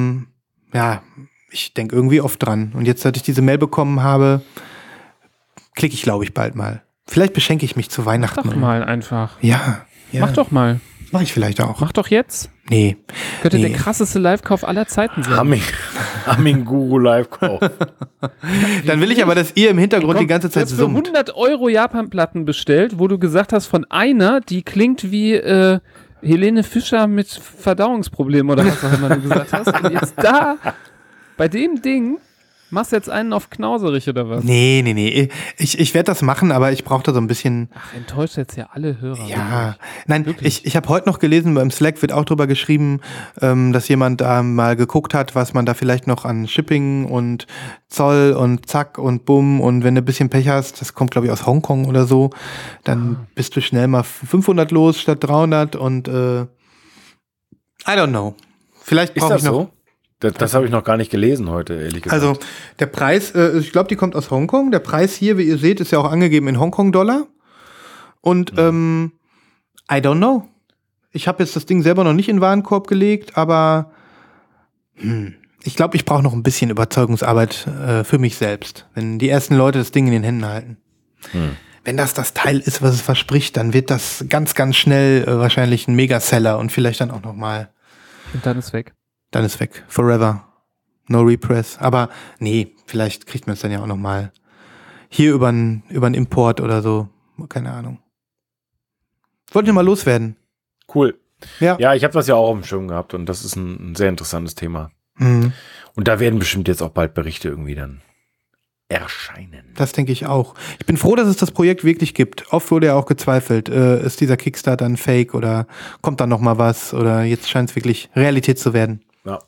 ich denke irgendwie oft dran. Und jetzt, seit ich diese Mail bekommen habe, klicke ich, glaube ich, bald mal. Vielleicht beschenke ich mich zu Weihnachten. Mach doch mal einfach. Ja. Mach doch mal. Mach ich vielleicht auch. Mach doch jetzt. Nee. Könnte der krasseste Live-Kauf aller Zeiten sein. Humming Guru Live-Kauf. Dann will ich aber, dass ihr im Hintergrund die ganze Zeit für summt. 100 € Japan-Platten bestellt, wo du gesagt hast, von einer, die klingt wie Helene Fischer mit Verdauungsproblemen oder was auch immer du gesagt hast. Und jetzt bei dem Ding machst du jetzt einen auf knauserig oder was? Nee. Ich werde das machen, aber ich brauche da so ein bisschen. Ach, enttäuscht jetzt ja alle Hörer. Ja, wirklich. nein, Wirklich? ich habe heute noch gelesen, beim Slack wird auch drüber geschrieben, dass jemand da mal geguckt hat, was man da vielleicht noch an Shipping und Zoll und zack und bumm und wenn du ein bisschen Pech hast, das kommt glaube ich aus Hongkong oder so, dann bist du schnell mal 500 los statt 300 und I don't know. Vielleicht Ist brauche das ich noch. so? Das habe ich noch gar nicht gelesen heute, ehrlich gesagt. Also der Preis, ich glaube, die kommt aus Hongkong. Der Preis hier, wie ihr seht, ist ja auch angegeben in Hongkong-Dollar. Und I don't know. Ich habe jetzt das Ding selber noch nicht in den Warenkorb gelegt, aber ich glaube, ich brauche noch ein bisschen Überzeugungsarbeit für mich selbst. Wenn die ersten Leute das Ding in den Händen halten. Wenn das Teil ist, was es verspricht, dann wird das ganz, ganz schnell wahrscheinlich ein Megaseller und vielleicht dann auch noch mal. Und dann ist weg. Dann ist weg. Forever. No Repress. Aber nee, vielleicht kriegt man es dann ja auch noch mal hier über einen Import oder so. Keine Ahnung. Wollte mal loswerden. Cool. Ja. Ja, ich habe das ja auch auf dem Schirm gehabt und das ist ein sehr interessantes Thema. Und da werden bestimmt jetzt auch bald Berichte irgendwie dann erscheinen. Das denke ich auch. Ich bin froh, dass es das Projekt wirklich gibt. Oft wurde ja auch gezweifelt. Ist dieser Kickstarter ein Fake oder kommt da noch mal was? Oder jetzt scheint es wirklich Realität zu werden. Ja.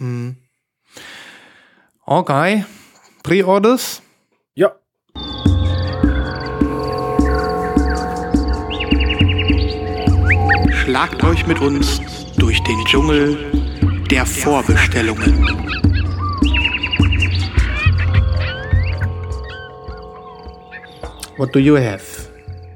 Okay. Pre-Orders? Ja. Schlagt euch mit uns durch den Dschungel der Vorbestellungen. What do you have?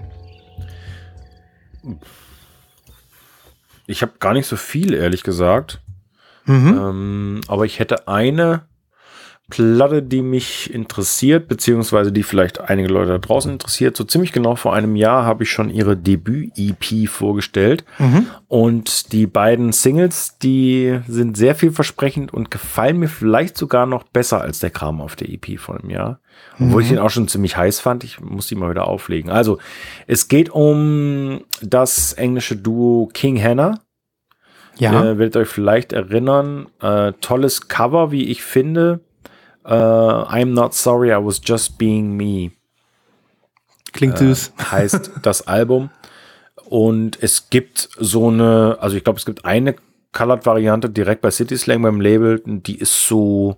Ich habe gar nicht so viel, ehrlich gesagt. Aber ich hätte eine Platte, die mich interessiert, beziehungsweise die vielleicht einige Leute da draußen interessiert. So ziemlich genau vor einem Jahr habe ich schon ihre Debüt-EP vorgestellt. Und die beiden Singles, die sind sehr vielversprechend und gefallen mir vielleicht sogar noch besser als der Kram auf der EP vor einem Jahr. Obwohl ich den auch schon ziemlich heiß fand. Ich muss die mal wieder auflegen. Also, es geht um das englische Duo King Hannah. Ja. Ihr werdet euch vielleicht erinnern. Tolles Cover, wie ich finde. I'm not sorry, I was just being me. Klingt süß. Heißt das Album. Und es gibt so eine, also ich glaube, es gibt eine Colored-Variante direkt bei City Slang beim Label. Die ist so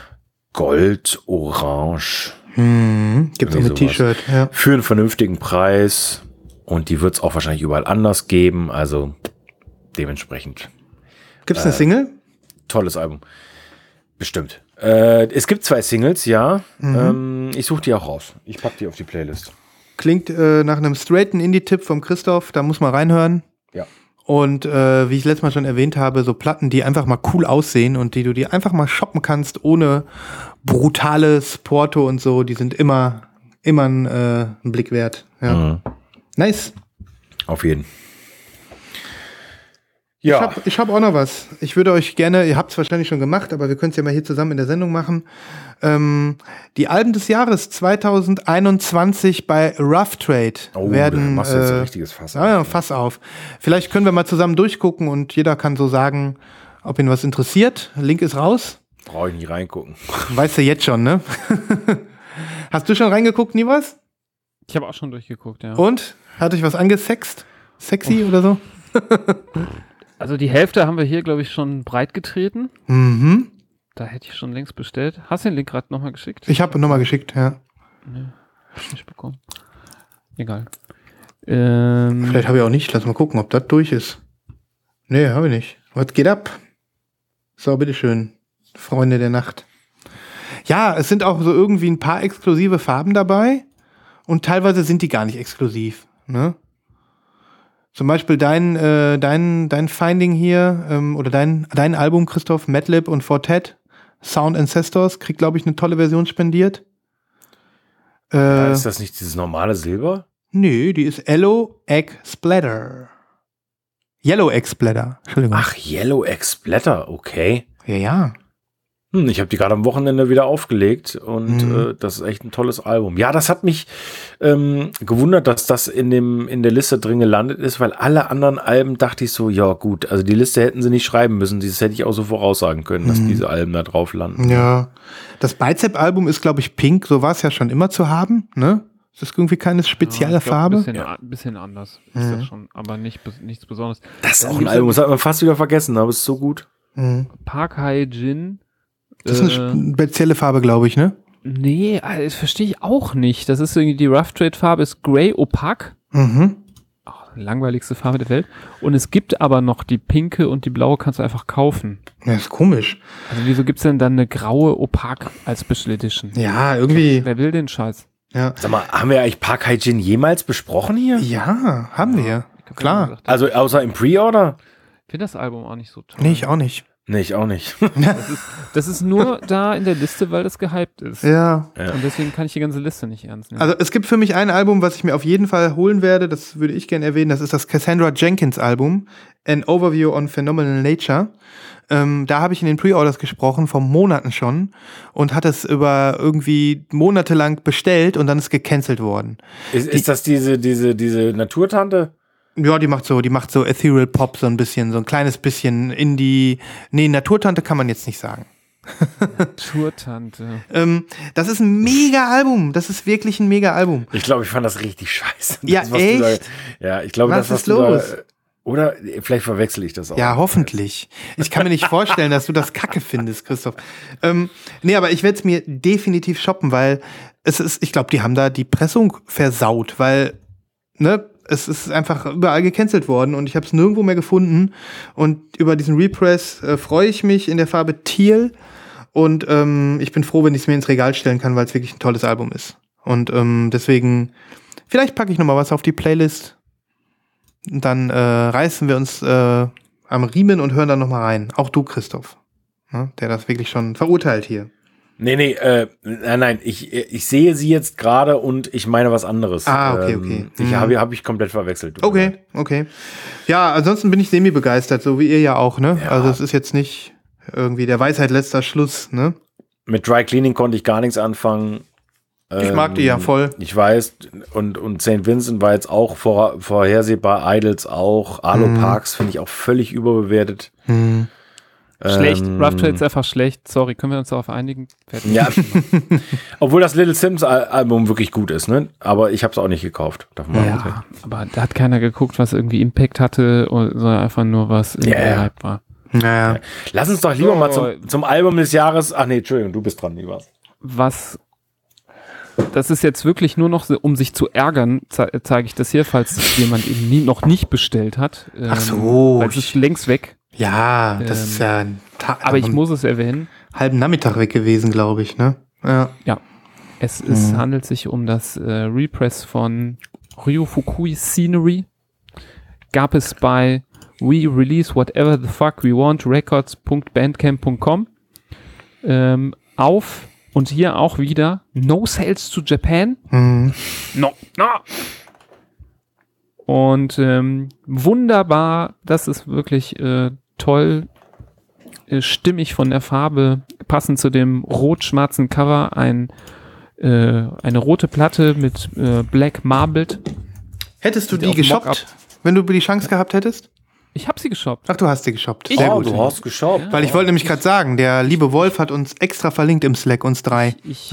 gold-orange. Gibt auch mit T-Shirt. Ja. Für einen vernünftigen Preis. Und die wird es auch wahrscheinlich überall anders geben. Also dementsprechend. Gibt es eine Single? Tolles Album. Bestimmt. Es gibt 2 Singles, ja. Ich suche die auch raus. Ich packe die auf die Playlist. Klingt nach einem straighten Indie-Tipp vom Christoph. Da muss man reinhören. Ja. Und wie ich letztes Mal schon erwähnt habe, so Platten, die einfach mal cool aussehen und die du dir einfach mal shoppen kannst, ohne brutales Porto und so, die sind immer ein Blick wert. Ja. Nice. Auf jeden. Ja. Ich hab auch noch was. Ich würde euch gerne, ihr habt es wahrscheinlich schon gemacht, aber wir können es ja mal hier zusammen in der Sendung machen. Die Alben des Jahres 2021 bei Rough Trade werden. Machst du jetzt ein richtiges Fass auf. Ja, Fass auf. Vielleicht können wir mal zusammen durchgucken und jeder kann so sagen, ob ihn was interessiert. Link ist raus. Brauche ich nicht reingucken. Weißt du jetzt schon, ne? Hast du schon reingeguckt, Nivas? Ich habe auch schon durchgeguckt, ja. Und? Hat euch was angesext? Sexy oder so? Also die Hälfte haben wir hier, glaube ich, schon breit getreten. Mhm. Da hätte ich schon längst bestellt. Hast du den Link gerade nochmal geschickt? Ich habe nochmal geschickt, ja. Nee, hab ich nicht bekommen. Egal. Vielleicht habe ich auch nicht. Lass mal gucken, ob das durch ist. Nee, habe ich nicht. Was geht ab? So, bitteschön. Freunde der Nacht. Ja, es sind auch so irgendwie ein paar exklusive Farben dabei. Und teilweise sind die gar nicht exklusiv. Ne? Zum Beispiel dein Finding hier, oder dein Album, Christoph, Madlib und Fortet, Sound Ancestors, kriegt, glaube ich, eine tolle Version spendiert. Ist das nicht dieses normale Silber? Nö, die ist Yellow Egg Splatter. Yellow Egg Splatter, Entschuldigung. Ach, Yellow Egg Splatter, okay. Ja. Ich habe die gerade am Wochenende wieder aufgelegt und das ist echt ein tolles Album. Ja, das hat mich gewundert, dass das in der Liste drin gelandet ist, weil alle anderen Alben dachte ich so, ja gut, also die Liste hätten sie nicht schreiben müssen, das hätte ich auch so voraussagen können, dass diese Alben da drauf landen. Ja, das Bicep-Album ist, glaube ich, pink, so war es ja schon immer zu haben, ne? Ist das irgendwie keine spezielle Farbe? Ein bisschen anders ist das schon, aber nichts Besonderes. Das ist auch ein Album, das hat man fast wieder vergessen, aber es ist so gut. Park High Gin. Das ist eine spezielle Farbe, glaube ich, ne? Nee, das verstehe ich auch nicht. Das ist irgendwie die Rough Trade Farbe, ist Grey Opak. Langweiligste Farbe der Welt. Und es gibt aber noch die pinke und die blaue kannst du einfach kaufen. Ja, ist komisch. Also wieso gibt's denn dann eine graue Opak als Special Edition? Ja, irgendwie. Wer will den Scheiß? Ja. Sag mal, haben wir eigentlich Park High Gin jemals besprochen hier? Ja, haben wir. Klar. Also außer im Pre-Order? Ich finde das Album auch nicht so toll. Nee, ich auch nicht. Nee, ich auch nicht. Das ist nur da in der Liste, weil das gehypt ist. Ja. Und deswegen kann ich die ganze Liste nicht ernst nehmen. Also es gibt für mich ein Album, was ich mir auf jeden Fall holen werde, das würde ich gerne erwähnen, das ist das Cassandra Jenkins Album, An Overview on Phenomenal Nature. Da habe ich in den Pre-Orders gesprochen, vor Monaten schon, und hat es über irgendwie monatelang bestellt und dann ist gecancelt worden. Ist das diese Naturtante? Ja, die macht so Ethereal Pop, so ein bisschen, so ein kleines bisschen Indie. Nee, Naturtante kann man jetzt nicht sagen. Naturtante. Das ist ein mega Album. Das ist wirklich ein mega Album. Ich glaube, ich fand das richtig scheiße. Ja, das, echt? Ja, ich glaube, was das ist los? Oder vielleicht verwechsel ich das auch. Ja, hoffentlich. Ich kann mir nicht vorstellen, dass du das Kacke findest, Christoph. Nee, aber ich werde es mir definitiv shoppen, weil ich glaube, die haben da die Pressung versaut, weil, ne, es ist einfach überall gecancelt worden und ich habe es nirgendwo mehr gefunden. Und über diesen Repress freue ich mich in der Farbe Teal. Und ich bin froh, wenn ich es mir ins Regal stellen kann, weil es wirklich ein tolles Album ist. Und deswegen, vielleicht packe ich noch mal was auf die Playlist. Und dann reißen wir uns am Riemen und hören dann noch mal rein. Auch du, Christoph, ne, der das wirklich schon verurteilt hier. Nein, ich sehe sie jetzt gerade und ich meine was anderes. Okay. Hab ich komplett verwechselt. Okay. Ja, ansonsten bin ich semi-begeistert, so wie ihr ja auch, ne? Ja. Also es ist jetzt nicht irgendwie der Weisheit letzter Schluss, ne? Mit Dry Cleaning konnte ich gar nichts anfangen. Ich mag die ja voll. Ich weiß, und St. Vincent war jetzt auch vorhersehbar, Idols auch, Arlo Parks finde ich auch völlig überbewertet. Schlecht. Rough Trade ist einfach schlecht. Sorry, können wir uns darauf einigen? Fertig. Ja, obwohl das Little Sims Album wirklich gut ist, ne? Aber ich habe es auch nicht gekauft. Ja, aber da hat keiner geguckt, was irgendwie Impact hatte, sondern einfach nur, was irgendwie Hype war. Naja. Lass uns doch lieber mal zum Album des Jahres. Ach nee, Entschuldigung, du bist dran, lieber. Das ist jetzt wirklich nur noch, um sich zu ärgern, zeige ich das hier, falls jemand eben noch nicht bestellt hat. Ach so. Weil es ist längst weg. Ja, das ist ja ein Tag. Aber ich muss es erwähnen. Halben Nachmittag weg gewesen, glaube ich, ne? Ja. Es handelt sich um das Repress von Ryo Fukui Scenery. Gab es bei We Release Whatever the Fuck We Want Records.bandcamp.com auf und hier auch wieder No Sales to Japan. No. Und wunderbar, das ist wirklich toll, stimmig von der Farbe, passend zu dem rot-schwarzen Cover, eine rote Platte mit Black Marbled. Hättest du die geshoppt, wenn du die Chance gehabt hättest? Ich habe sie geshoppt. Ach, du hast sie geshoppt. Sehr gut. Du hast geshoppt. Ja. Weil ich wollte nämlich gerade sagen, der liebe Wolf hat uns extra verlinkt im Slack, uns 3.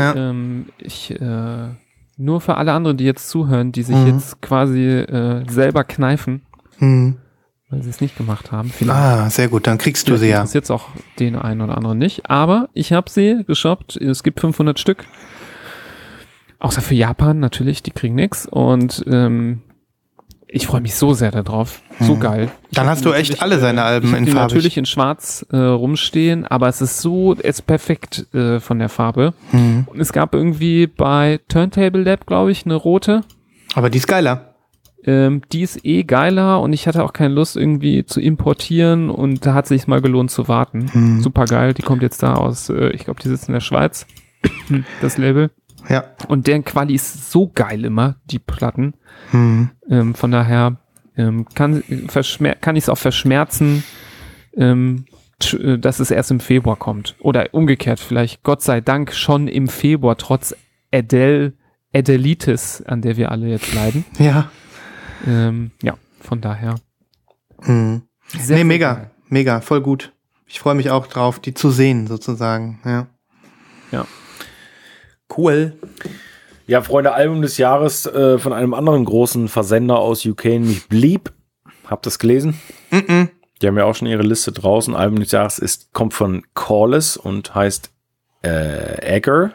Nur für alle anderen, die jetzt zuhören, die sich jetzt quasi selber kneifen, weil sie es nicht gemacht haben. Sehr gut, dann kriegst du sie ja. Das ist jetzt auch den einen oder anderen nicht, aber ich habe sie geshoppt. Es gibt 500 Stück. Außer für Japan natürlich, die kriegen nix. Und ich freue mich so sehr darauf. So geil. Dann hast du echt alle seine Alben in Farbe. Natürlich in schwarz rumstehen, aber es ist perfekt von der Farbe. Und es gab irgendwie bei Turntable Lab, glaube ich, eine rote. Aber die ist geiler. Die ist geiler und ich hatte auch keine Lust irgendwie zu importieren und da hat es sich mal gelohnt zu warten. Super geil, die kommt jetzt da aus, ich glaube, die sitzt in der Schweiz, das Label. Ja. Und deren Quali ist so geil immer, die Platten. Von daher kann ich es auch verschmerzen, dass es erst im Februar kommt. Oder umgekehrt vielleicht, Gott sei Dank, schon im Februar, trotz Adelitis, an der wir alle jetzt leiden. Ja. Von daher. Sehr mega, voll gut. Ich freue mich auch drauf, die zu sehen, sozusagen. Ja. Cool. Ja, Freunde, Album des Jahres von einem anderen großen Versender aus UK, nämlich Bleep. Habt ihr das gelesen? Die haben ja auch schon ihre Liste draußen. Album des Jahres kommt von Corliss und heißt Egger.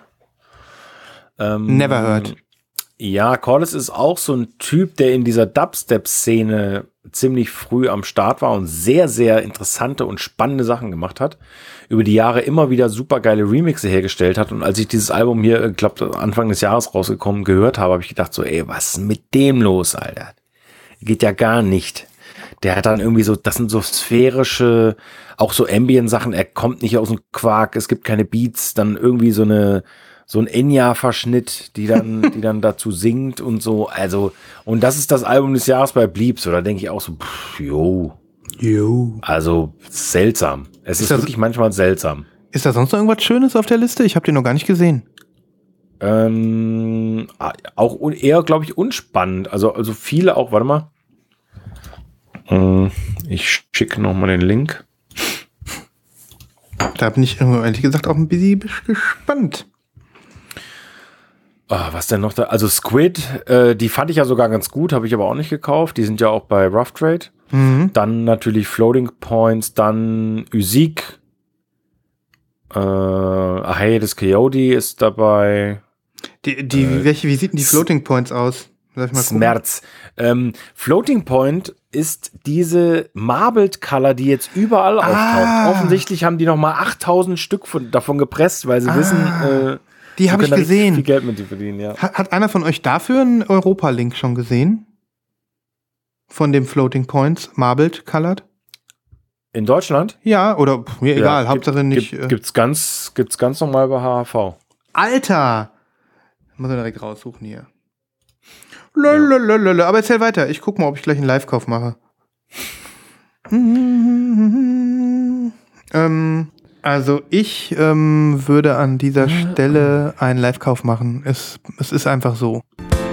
Never heard. Ja, Corliss ist auch so ein Typ, der in dieser Dubstep-Szene ziemlich früh am Start war und sehr, sehr interessante und spannende Sachen gemacht hat. Über die Jahre immer wieder super geile Remixe hergestellt hat. Und als ich dieses Album hier, ich glaube, Anfang des Jahres rausgekommen, gehört habe, habe ich gedacht so, ey, was ist mit dem los, Alter? Geht ja gar nicht. Der hat dann irgendwie so, das sind so sphärische, auch so Ambient-Sachen. Er kommt nicht aus dem Quark, es gibt keine Beats, dann irgendwie so ein Enya-Verschnitt, die dann dazu singt und so. Also, und das ist das Album des Jahres bei Bleep. So, da denke ich auch so, jo. Also, seltsam. Es ist wirklich manchmal seltsam. Ist da sonst noch irgendwas Schönes auf der Liste? Ich habe den noch gar nicht gesehen. Auch eher, glaube ich, unspannend. Also viele auch, warte mal. Ich schicke noch mal den Link. Da bin ich ehrlich gesagt auch ein bisschen gespannt. Was denn noch da? Also Squid, die fand ich ja sogar ganz gut, habe ich aber auch nicht gekauft. Die sind ja auch bei Rough Trade. Dann natürlich Floating Points, dann Usik. Hey, das Coyote ist dabei. Wie sieht denn die Floating Points aus? Smerz. Floating Point ist diese Marbled Color, die jetzt überall auftaucht. Offensichtlich haben die nochmal 8000 Stück davon gepresst, weil sie wissen, die habe ich gesehen. Viel Geld mit dir verdienen, ja. Hat einer von euch dafür einen Europa-Link schon gesehen? Von dem Floating Points, Marbled Colored? In Deutschland? Ja, oder mir egal, Hauptsache nicht. Gibt's ganz normal bei HHV. Alter! Muss man direkt raussuchen hier. Lalalala. Aber erzähl weiter. Ich guck mal, ob ich gleich einen Live-Kauf mache. Also ich würde an dieser Stelle einen Live-Kauf machen. Es ist einfach so.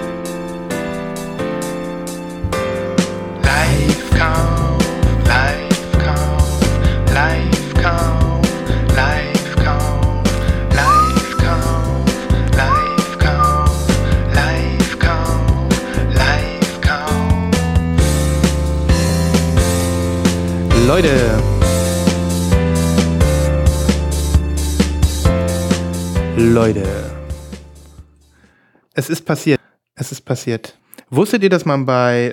Live-Kauf, Live-Kauf, Live-Kauf, Live-Kauf, Live-Kauf, Live-Kauf, Live-Kauf, Live-Kauf. Leute, es ist passiert. Wusstet ihr, dass man bei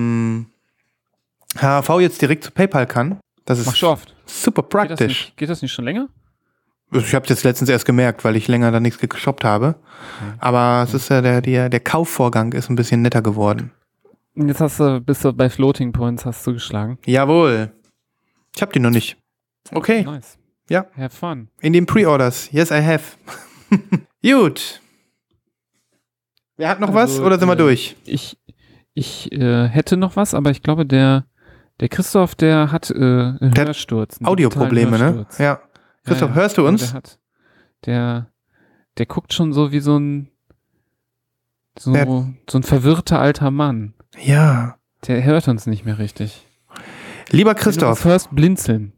HHV jetzt direkt zu PayPal kann? Das ist Machst du oft. super praktisch. Geht das nicht schon länger? Ich habe es jetzt letztens erst gemerkt, weil ich länger da nichts geshoppt habe. Aber es ist ja der Kaufvorgang ist ein bisschen netter geworden. Und jetzt bist du bei Floating Points hast du geschlagen. Jawohl. Ich habe die noch nicht. Okay. Nice. Ja. Have fun. In den Pre-Orders. Yes, I have. Gut. Wer hat noch was oder sind wir durch? Ich hätte noch was, aber ich glaube, der Christoph, der hat einen Hörsturz. Audioprobleme, ne? Ja. Christoph, hörst du uns? Der guckt schon so wie so ein verwirrter alter Mann. Ja. Der hört uns nicht mehr richtig. Lieber Christoph. Wenn du was hörst, blinzel.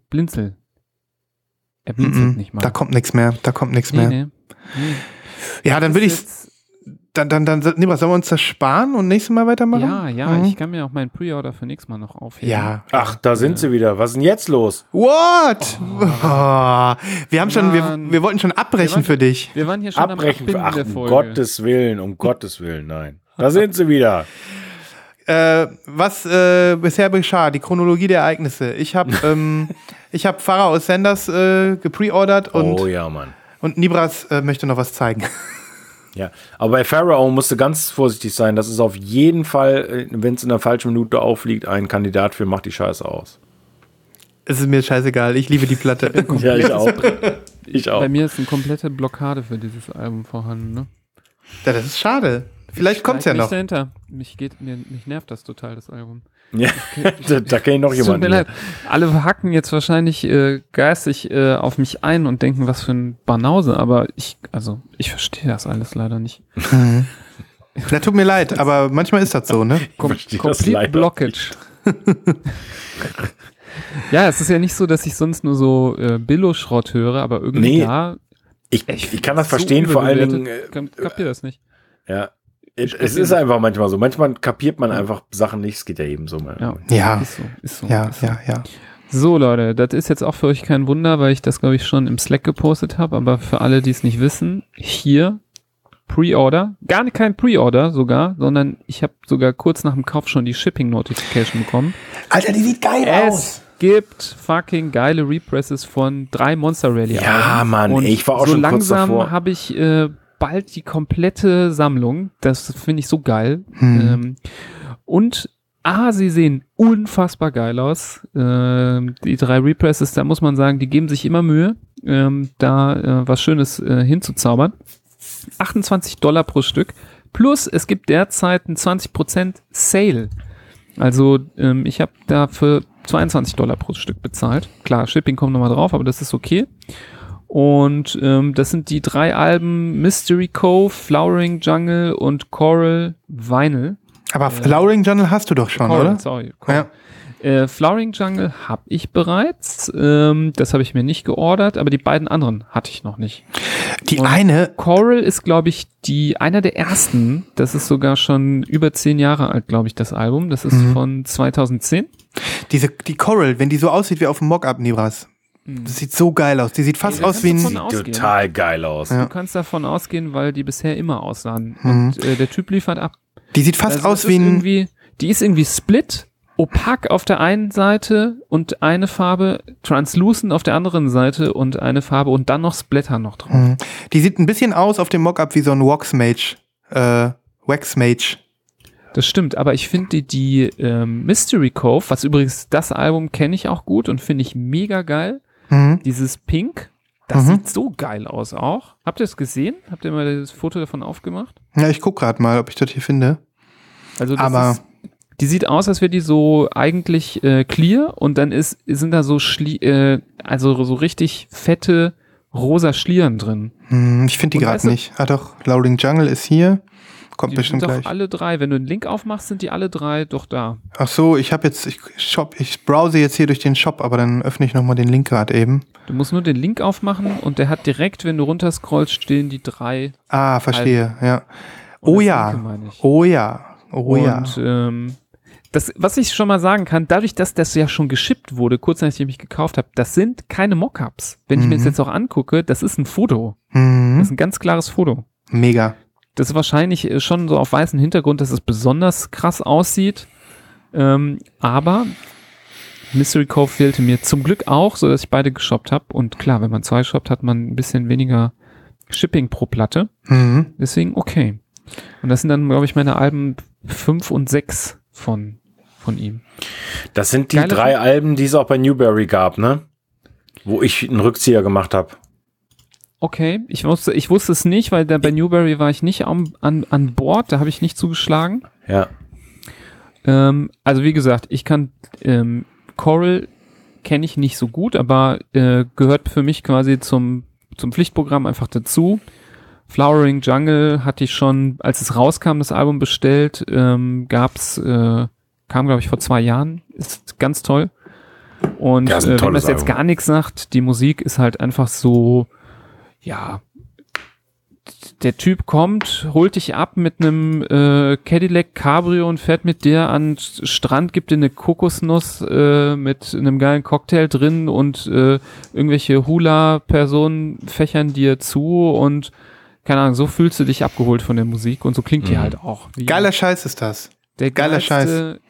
Er blinzelt nicht mal. Da kommt nichts mehr. Nee. Ja, dann würde ich dann sollen wir uns das sparen und nächstes Mal weitermachen? Ja, ich kann mir auch meinen Pre-Order für nächstes Mal noch aufheben. Ja. Ach, da sind sie wieder. Was ist denn jetzt los? What? Oh. Wir haben wir wollten schon abbrechen für dich. Wir waren hier schon Abbrechen am Abbinden der um Folge. Gottes Willen, nein. Da sind sie wieder. Was bisher geschah, die Chronologie der Ereignisse. Ich habe Pfarrer aus Sanders gepreordert und, oh ja, Mann. Und Nibras möchte noch was zeigen. Ja, aber bei Pharaoh musst du ganz vorsichtig sein. Das ist auf jeden Fall, wenn es in der falschen Minute aufliegt, ein Kandidat für macht die Scheiße aus. Es ist mir scheißegal, ich liebe die Platte. Ja, ich auch. Bei mir ist eine komplette Blockade für dieses Album vorhanden, ne? Ja, das ist schade. Vielleicht kommt's ja noch. Dahinter. Mich nervt das total, das Album. Ja, da kenne ich noch jemanden. Tut mir leid. Alle hacken jetzt wahrscheinlich geistig auf mich ein und denken, was für ein Banause, aber ich verstehe das alles leider nicht. Das tut mir leid, aber manchmal ist das so, ne? Complete Blockage. Ja, es ist ja nicht so, dass ich sonst nur so Billo-Schrott höre, aber irgendwie ich kann das verstehen, vor allen Dingen. Kapiert ihr das nicht? Ja. Es ist einfach manchmal so. Manchmal kapiert man einfach Sachen nicht. Es geht ja eben so mal. Ja. Ist so. Ja. So, Leute, das ist jetzt auch für euch kein Wunder, weil ich das, glaube ich, schon im Slack gepostet habe. Aber für alle, die es nicht wissen, hier Pre-Order. Gar nicht kein Pre-Order sogar, sondern ich habe sogar kurz nach dem Kauf schon die Shipping-Notification bekommen. Alter, die sieht geil aus. Es gibt fucking geile Represses von 3 Monster Rally. Ja, Mann, und ich war auch so schon kurz davor. So langsam habe ich bald die komplette Sammlung. Das finde ich so geil. Und sie sehen unfassbar geil aus. Die 3 Represses, da muss man sagen, die geben sich immer Mühe, da was Schönes hinzuzaubern. $28 pro Stück. Plus es gibt derzeit einen 20% Sale. Also ich habe da für $22 pro Stück bezahlt. Klar, Shipping kommt nochmal drauf, aber das ist okay. Und das sind die 3 Alben Mystery Cove, Flowering Jungle und Coral Vinyl. Aber Flowering Jungle hast du doch schon, Coral, oder? Sorry. Coral. Ja. Flowering Jungle habe ich bereits. Das habe ich mir nicht geordert, aber die beiden anderen hatte ich noch nicht. Coral ist, glaube ich, einer der ersten. Das ist sogar schon über 10 Jahre alt, glaube ich, das Album. Das ist von 2010. Die Coral, wenn die so aussieht wie auf dem Mock-Up, Nibras. Das sieht so geil aus. Die sieht fast aus wie ein... Sieht total geil aus. Ja. Du kannst davon ausgehen, weil die bisher immer aussahen. Und der Typ liefert ab. Die sieht fast aus wie ein... Die ist irgendwie split, opak auf der einen Seite und eine Farbe, translucent auf der anderen Seite und eine Farbe und dann noch Splatter noch drauf. Die sieht ein bisschen aus auf dem Mockup wie so ein Wax Mage. Das stimmt, aber ich finde die Mystery Cove, was übrigens, das Album kenne ich auch gut und finde ich mega geil. Dieses Pink, das sieht so geil aus auch. Habt ihr es gesehen? Habt ihr mal das Foto davon aufgemacht? Ja, ich gucke gerade mal, ob ich das hier finde. Also die sieht aus, als wäre die so eigentlich clear und dann sind da so so richtig fette rosa Schlieren drin. Ich finde die gerade nicht. Ah doch, Loading Jungle ist hier. Kommt bestimmt gleich. Die sind doch alle 3. Wenn du den Link aufmachst, sind die alle 3 doch da. Ach so, ich browse jetzt hier durch den Shop, aber dann öffne ich nochmal den Link gerade eben. Du musst nur den Link aufmachen und der hat direkt, wenn du runterscrollst, stehen die 3. Ah, verstehe, ja. Oh ja. Oh ja. Oh ja. Und das, was ich schon mal sagen kann, dadurch, dass das ja schon geschippt wurde, kurz nachdem ich mich gekauft habe, das sind keine Mockups. Wenn ich mir das jetzt auch angucke, das ist ein Foto. Das ist ein ganz klares Foto. Mega. Das ist wahrscheinlich schon so auf weißem Hintergrund, dass es besonders krass aussieht. Aber Mystery Cove fehlte mir zum Glück auch, so dass ich beide geshoppt habe. Und klar, wenn man 2 shoppt, hat man ein bisschen weniger Shipping pro Platte. Deswegen okay. Und das sind dann, glaube ich, meine Alben 5 und 6 von ihm. Das sind die 3 Alben, die es auch bei Newberry gab, ne? Wo ich einen Rückzieher gemacht habe. Okay, ich wusste es nicht, weil bei Newberry war ich nicht an Bord, da habe ich nicht zugeschlagen. Ja. Also wie gesagt, ich kann Coral kenne ich nicht so gut, aber gehört für mich quasi zum Pflichtprogramm einfach dazu. Flowering Jungle hatte ich schon, als es rauskam, das Album bestellt, kam glaube ich vor 2 Jahren, ist ganz toll. Und wenn das jetzt gar nichts sagt, die Musik ist halt einfach so, ja, der Typ kommt, holt dich ab mit einem Cadillac Cabrio und fährt mit dir an den Strand, gibt dir eine Kokosnuss mit einem geilen Cocktail drin und irgendwelche Hula-Personen fächern dir zu und keine Ahnung, so fühlst du dich abgeholt von der Musik und so klingt die halt auch. Geiler Scheiß ist das. Der geilste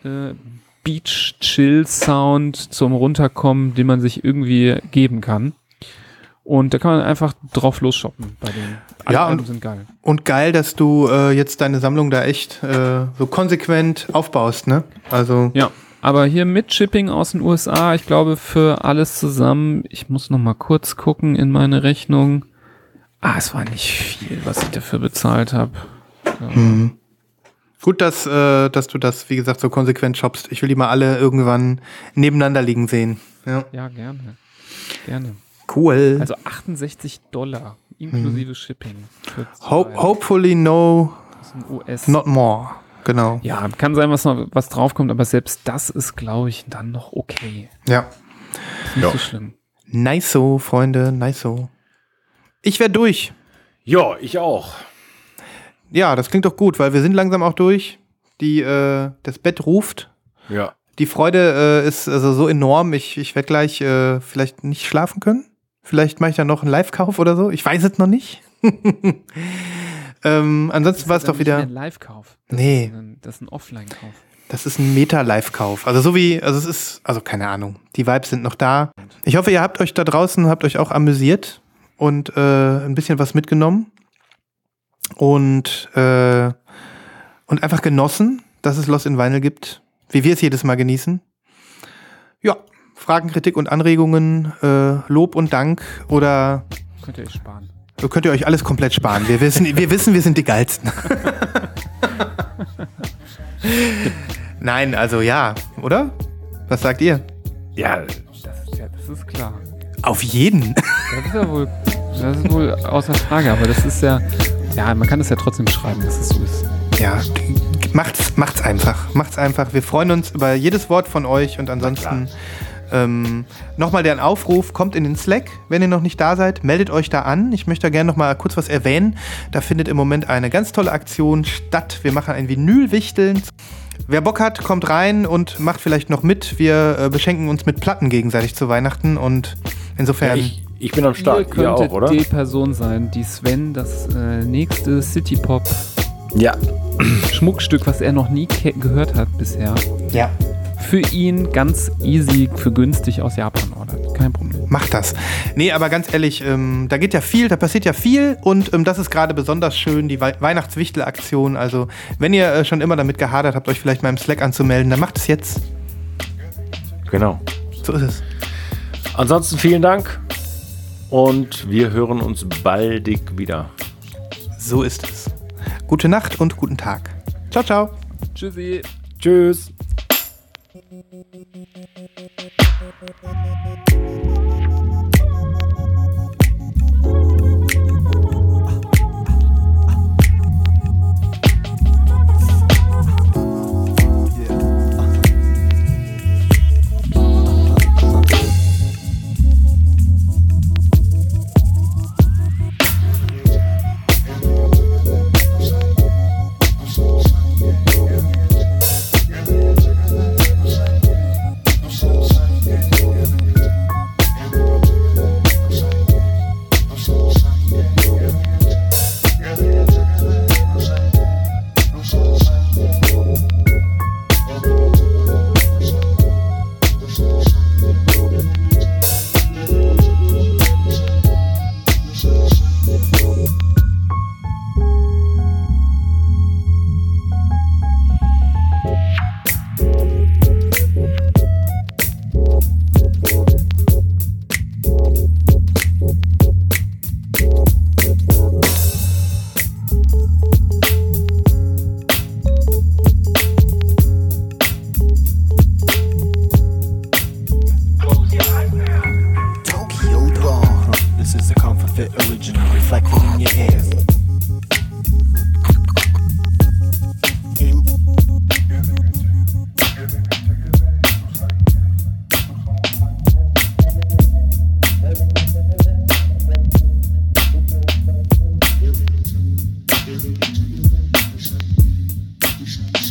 Beach-Chill-Sound zum Runterkommen, den man sich irgendwie geben kann. Und da kann man einfach drauf losshoppen bei denen. Alle Alben sind geil. Und geil, dass du jetzt deine Sammlung da echt so konsequent aufbaust, ne? Also ja, aber hier mit Shipping aus den USA, ich glaube für alles zusammen, ich muss noch mal kurz gucken in meine Rechnung. Es war nicht viel, was ich dafür bezahlt habe. Ja. Gut, dass du das, wie gesagt, so konsequent shoppst. Ich will die mal alle irgendwann nebeneinander liegen sehen. Ja, gerne. Gerne. Cool. Also $68 inklusive Shipping. Hopefully no, US. not more. Genau. Ja, kann sein, was draufkommt, aber selbst das ist, glaube ich, dann noch okay. Ja. Ist nicht so schlimm. Nice so, Freunde, nice so. Ich wäre durch. Ja, ich auch. Ja, das klingt doch gut, weil wir sind langsam auch durch. Das Bett ruft. Ja. Die Freude ist also so enorm. Ich werde gleich vielleicht nicht schlafen können. Vielleicht mache ich dann noch einen Live-Kauf oder so. Ich weiß es noch nicht. Ansonsten war es doch wieder. Das ist ein Live-Kauf. Nee. Das ist ein Offline-Kauf. Das ist ein Meta-Live-Kauf. Also es ist, keine Ahnung. Die Vibes sind noch da. Ich hoffe, ihr habt euch da draußen, auch amüsiert und ein bisschen was mitgenommen. Und einfach genossen, dass es Lost in Vinyl gibt, wie wir es jedes Mal genießen. Ja, Fragen, Kritik und Anregungen, Lob und Dank oder könnt ihr euch sparen. Könnt ihr euch alles komplett sparen. Wir wissen, wir sind die Geilsten. Nein, also ja, oder? Was sagt ihr? Ja, das ist klar. Auf jeden. Das ist wohl außer Frage, aber das ist ja, man kann es ja trotzdem schreiben, dass es so ist. Ja, macht's einfach. Macht's einfach. Wir freuen uns über jedes Wort von euch und ansonsten nochmal der Aufruf, kommt in den Slack, wenn ihr noch nicht da seid, meldet euch da an. Ich möchte da gerne noch mal kurz was erwähnen. Da findet im Moment eine ganz tolle Aktion statt. Wir machen ein Vinylwichteln. Wer Bock hat, kommt rein und macht vielleicht noch mit. Wir beschenken uns mit Platten gegenseitig zu Weihnachten und insofern... Ja, ich bin am Start. Ihr auch, oder? Die Person sein, die Sven das nächste City-Pop Schmuckstück, was er noch nie gehört hat bisher, ja, für ihn ganz easy, für günstig aus Japan ordert. Kein Problem. Macht das. Nee, aber ganz ehrlich, da geht ja viel, da passiert ja viel und das ist gerade besonders schön, die Weihnachtswichtel-Aktion. Also, wenn ihr schon immer damit gehadert habt, euch vielleicht mal im Slack anzumelden, dann macht es jetzt. Genau. So ist es. Ansonsten vielen Dank und wir hören uns baldig wieder. So ist es. Gute Nacht und guten Tag. Ciao, ciao. Tschüssi. Tschüss.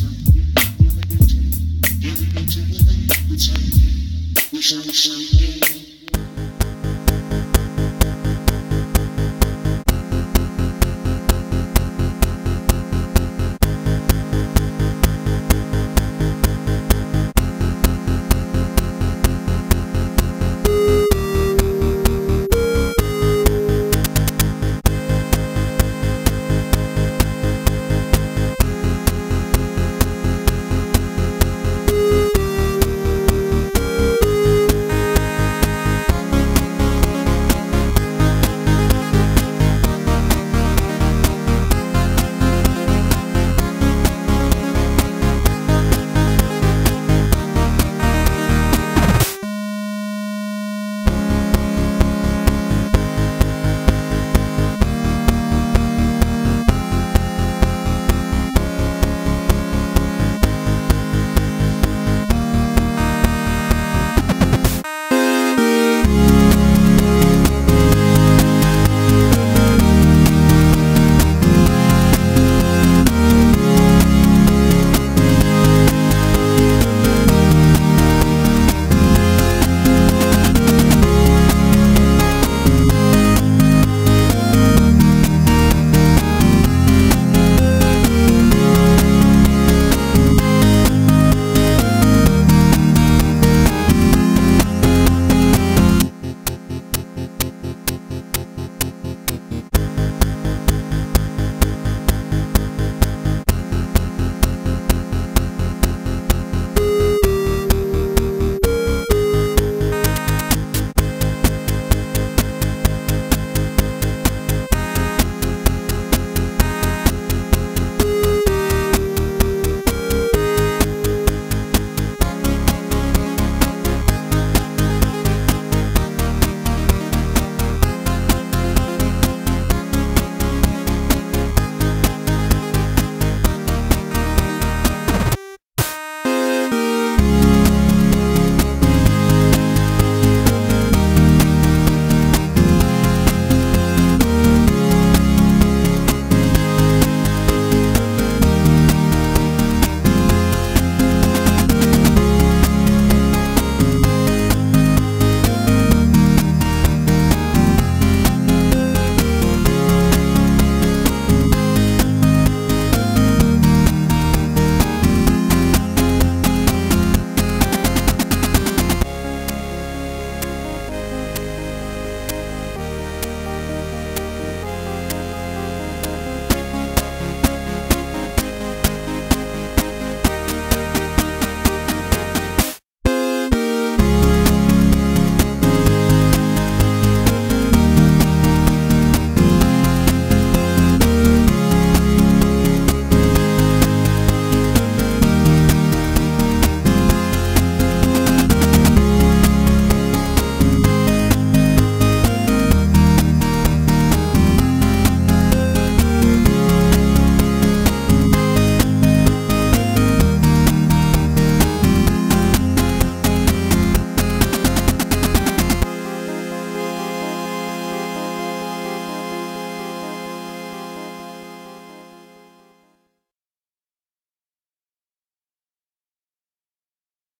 Shine, shine,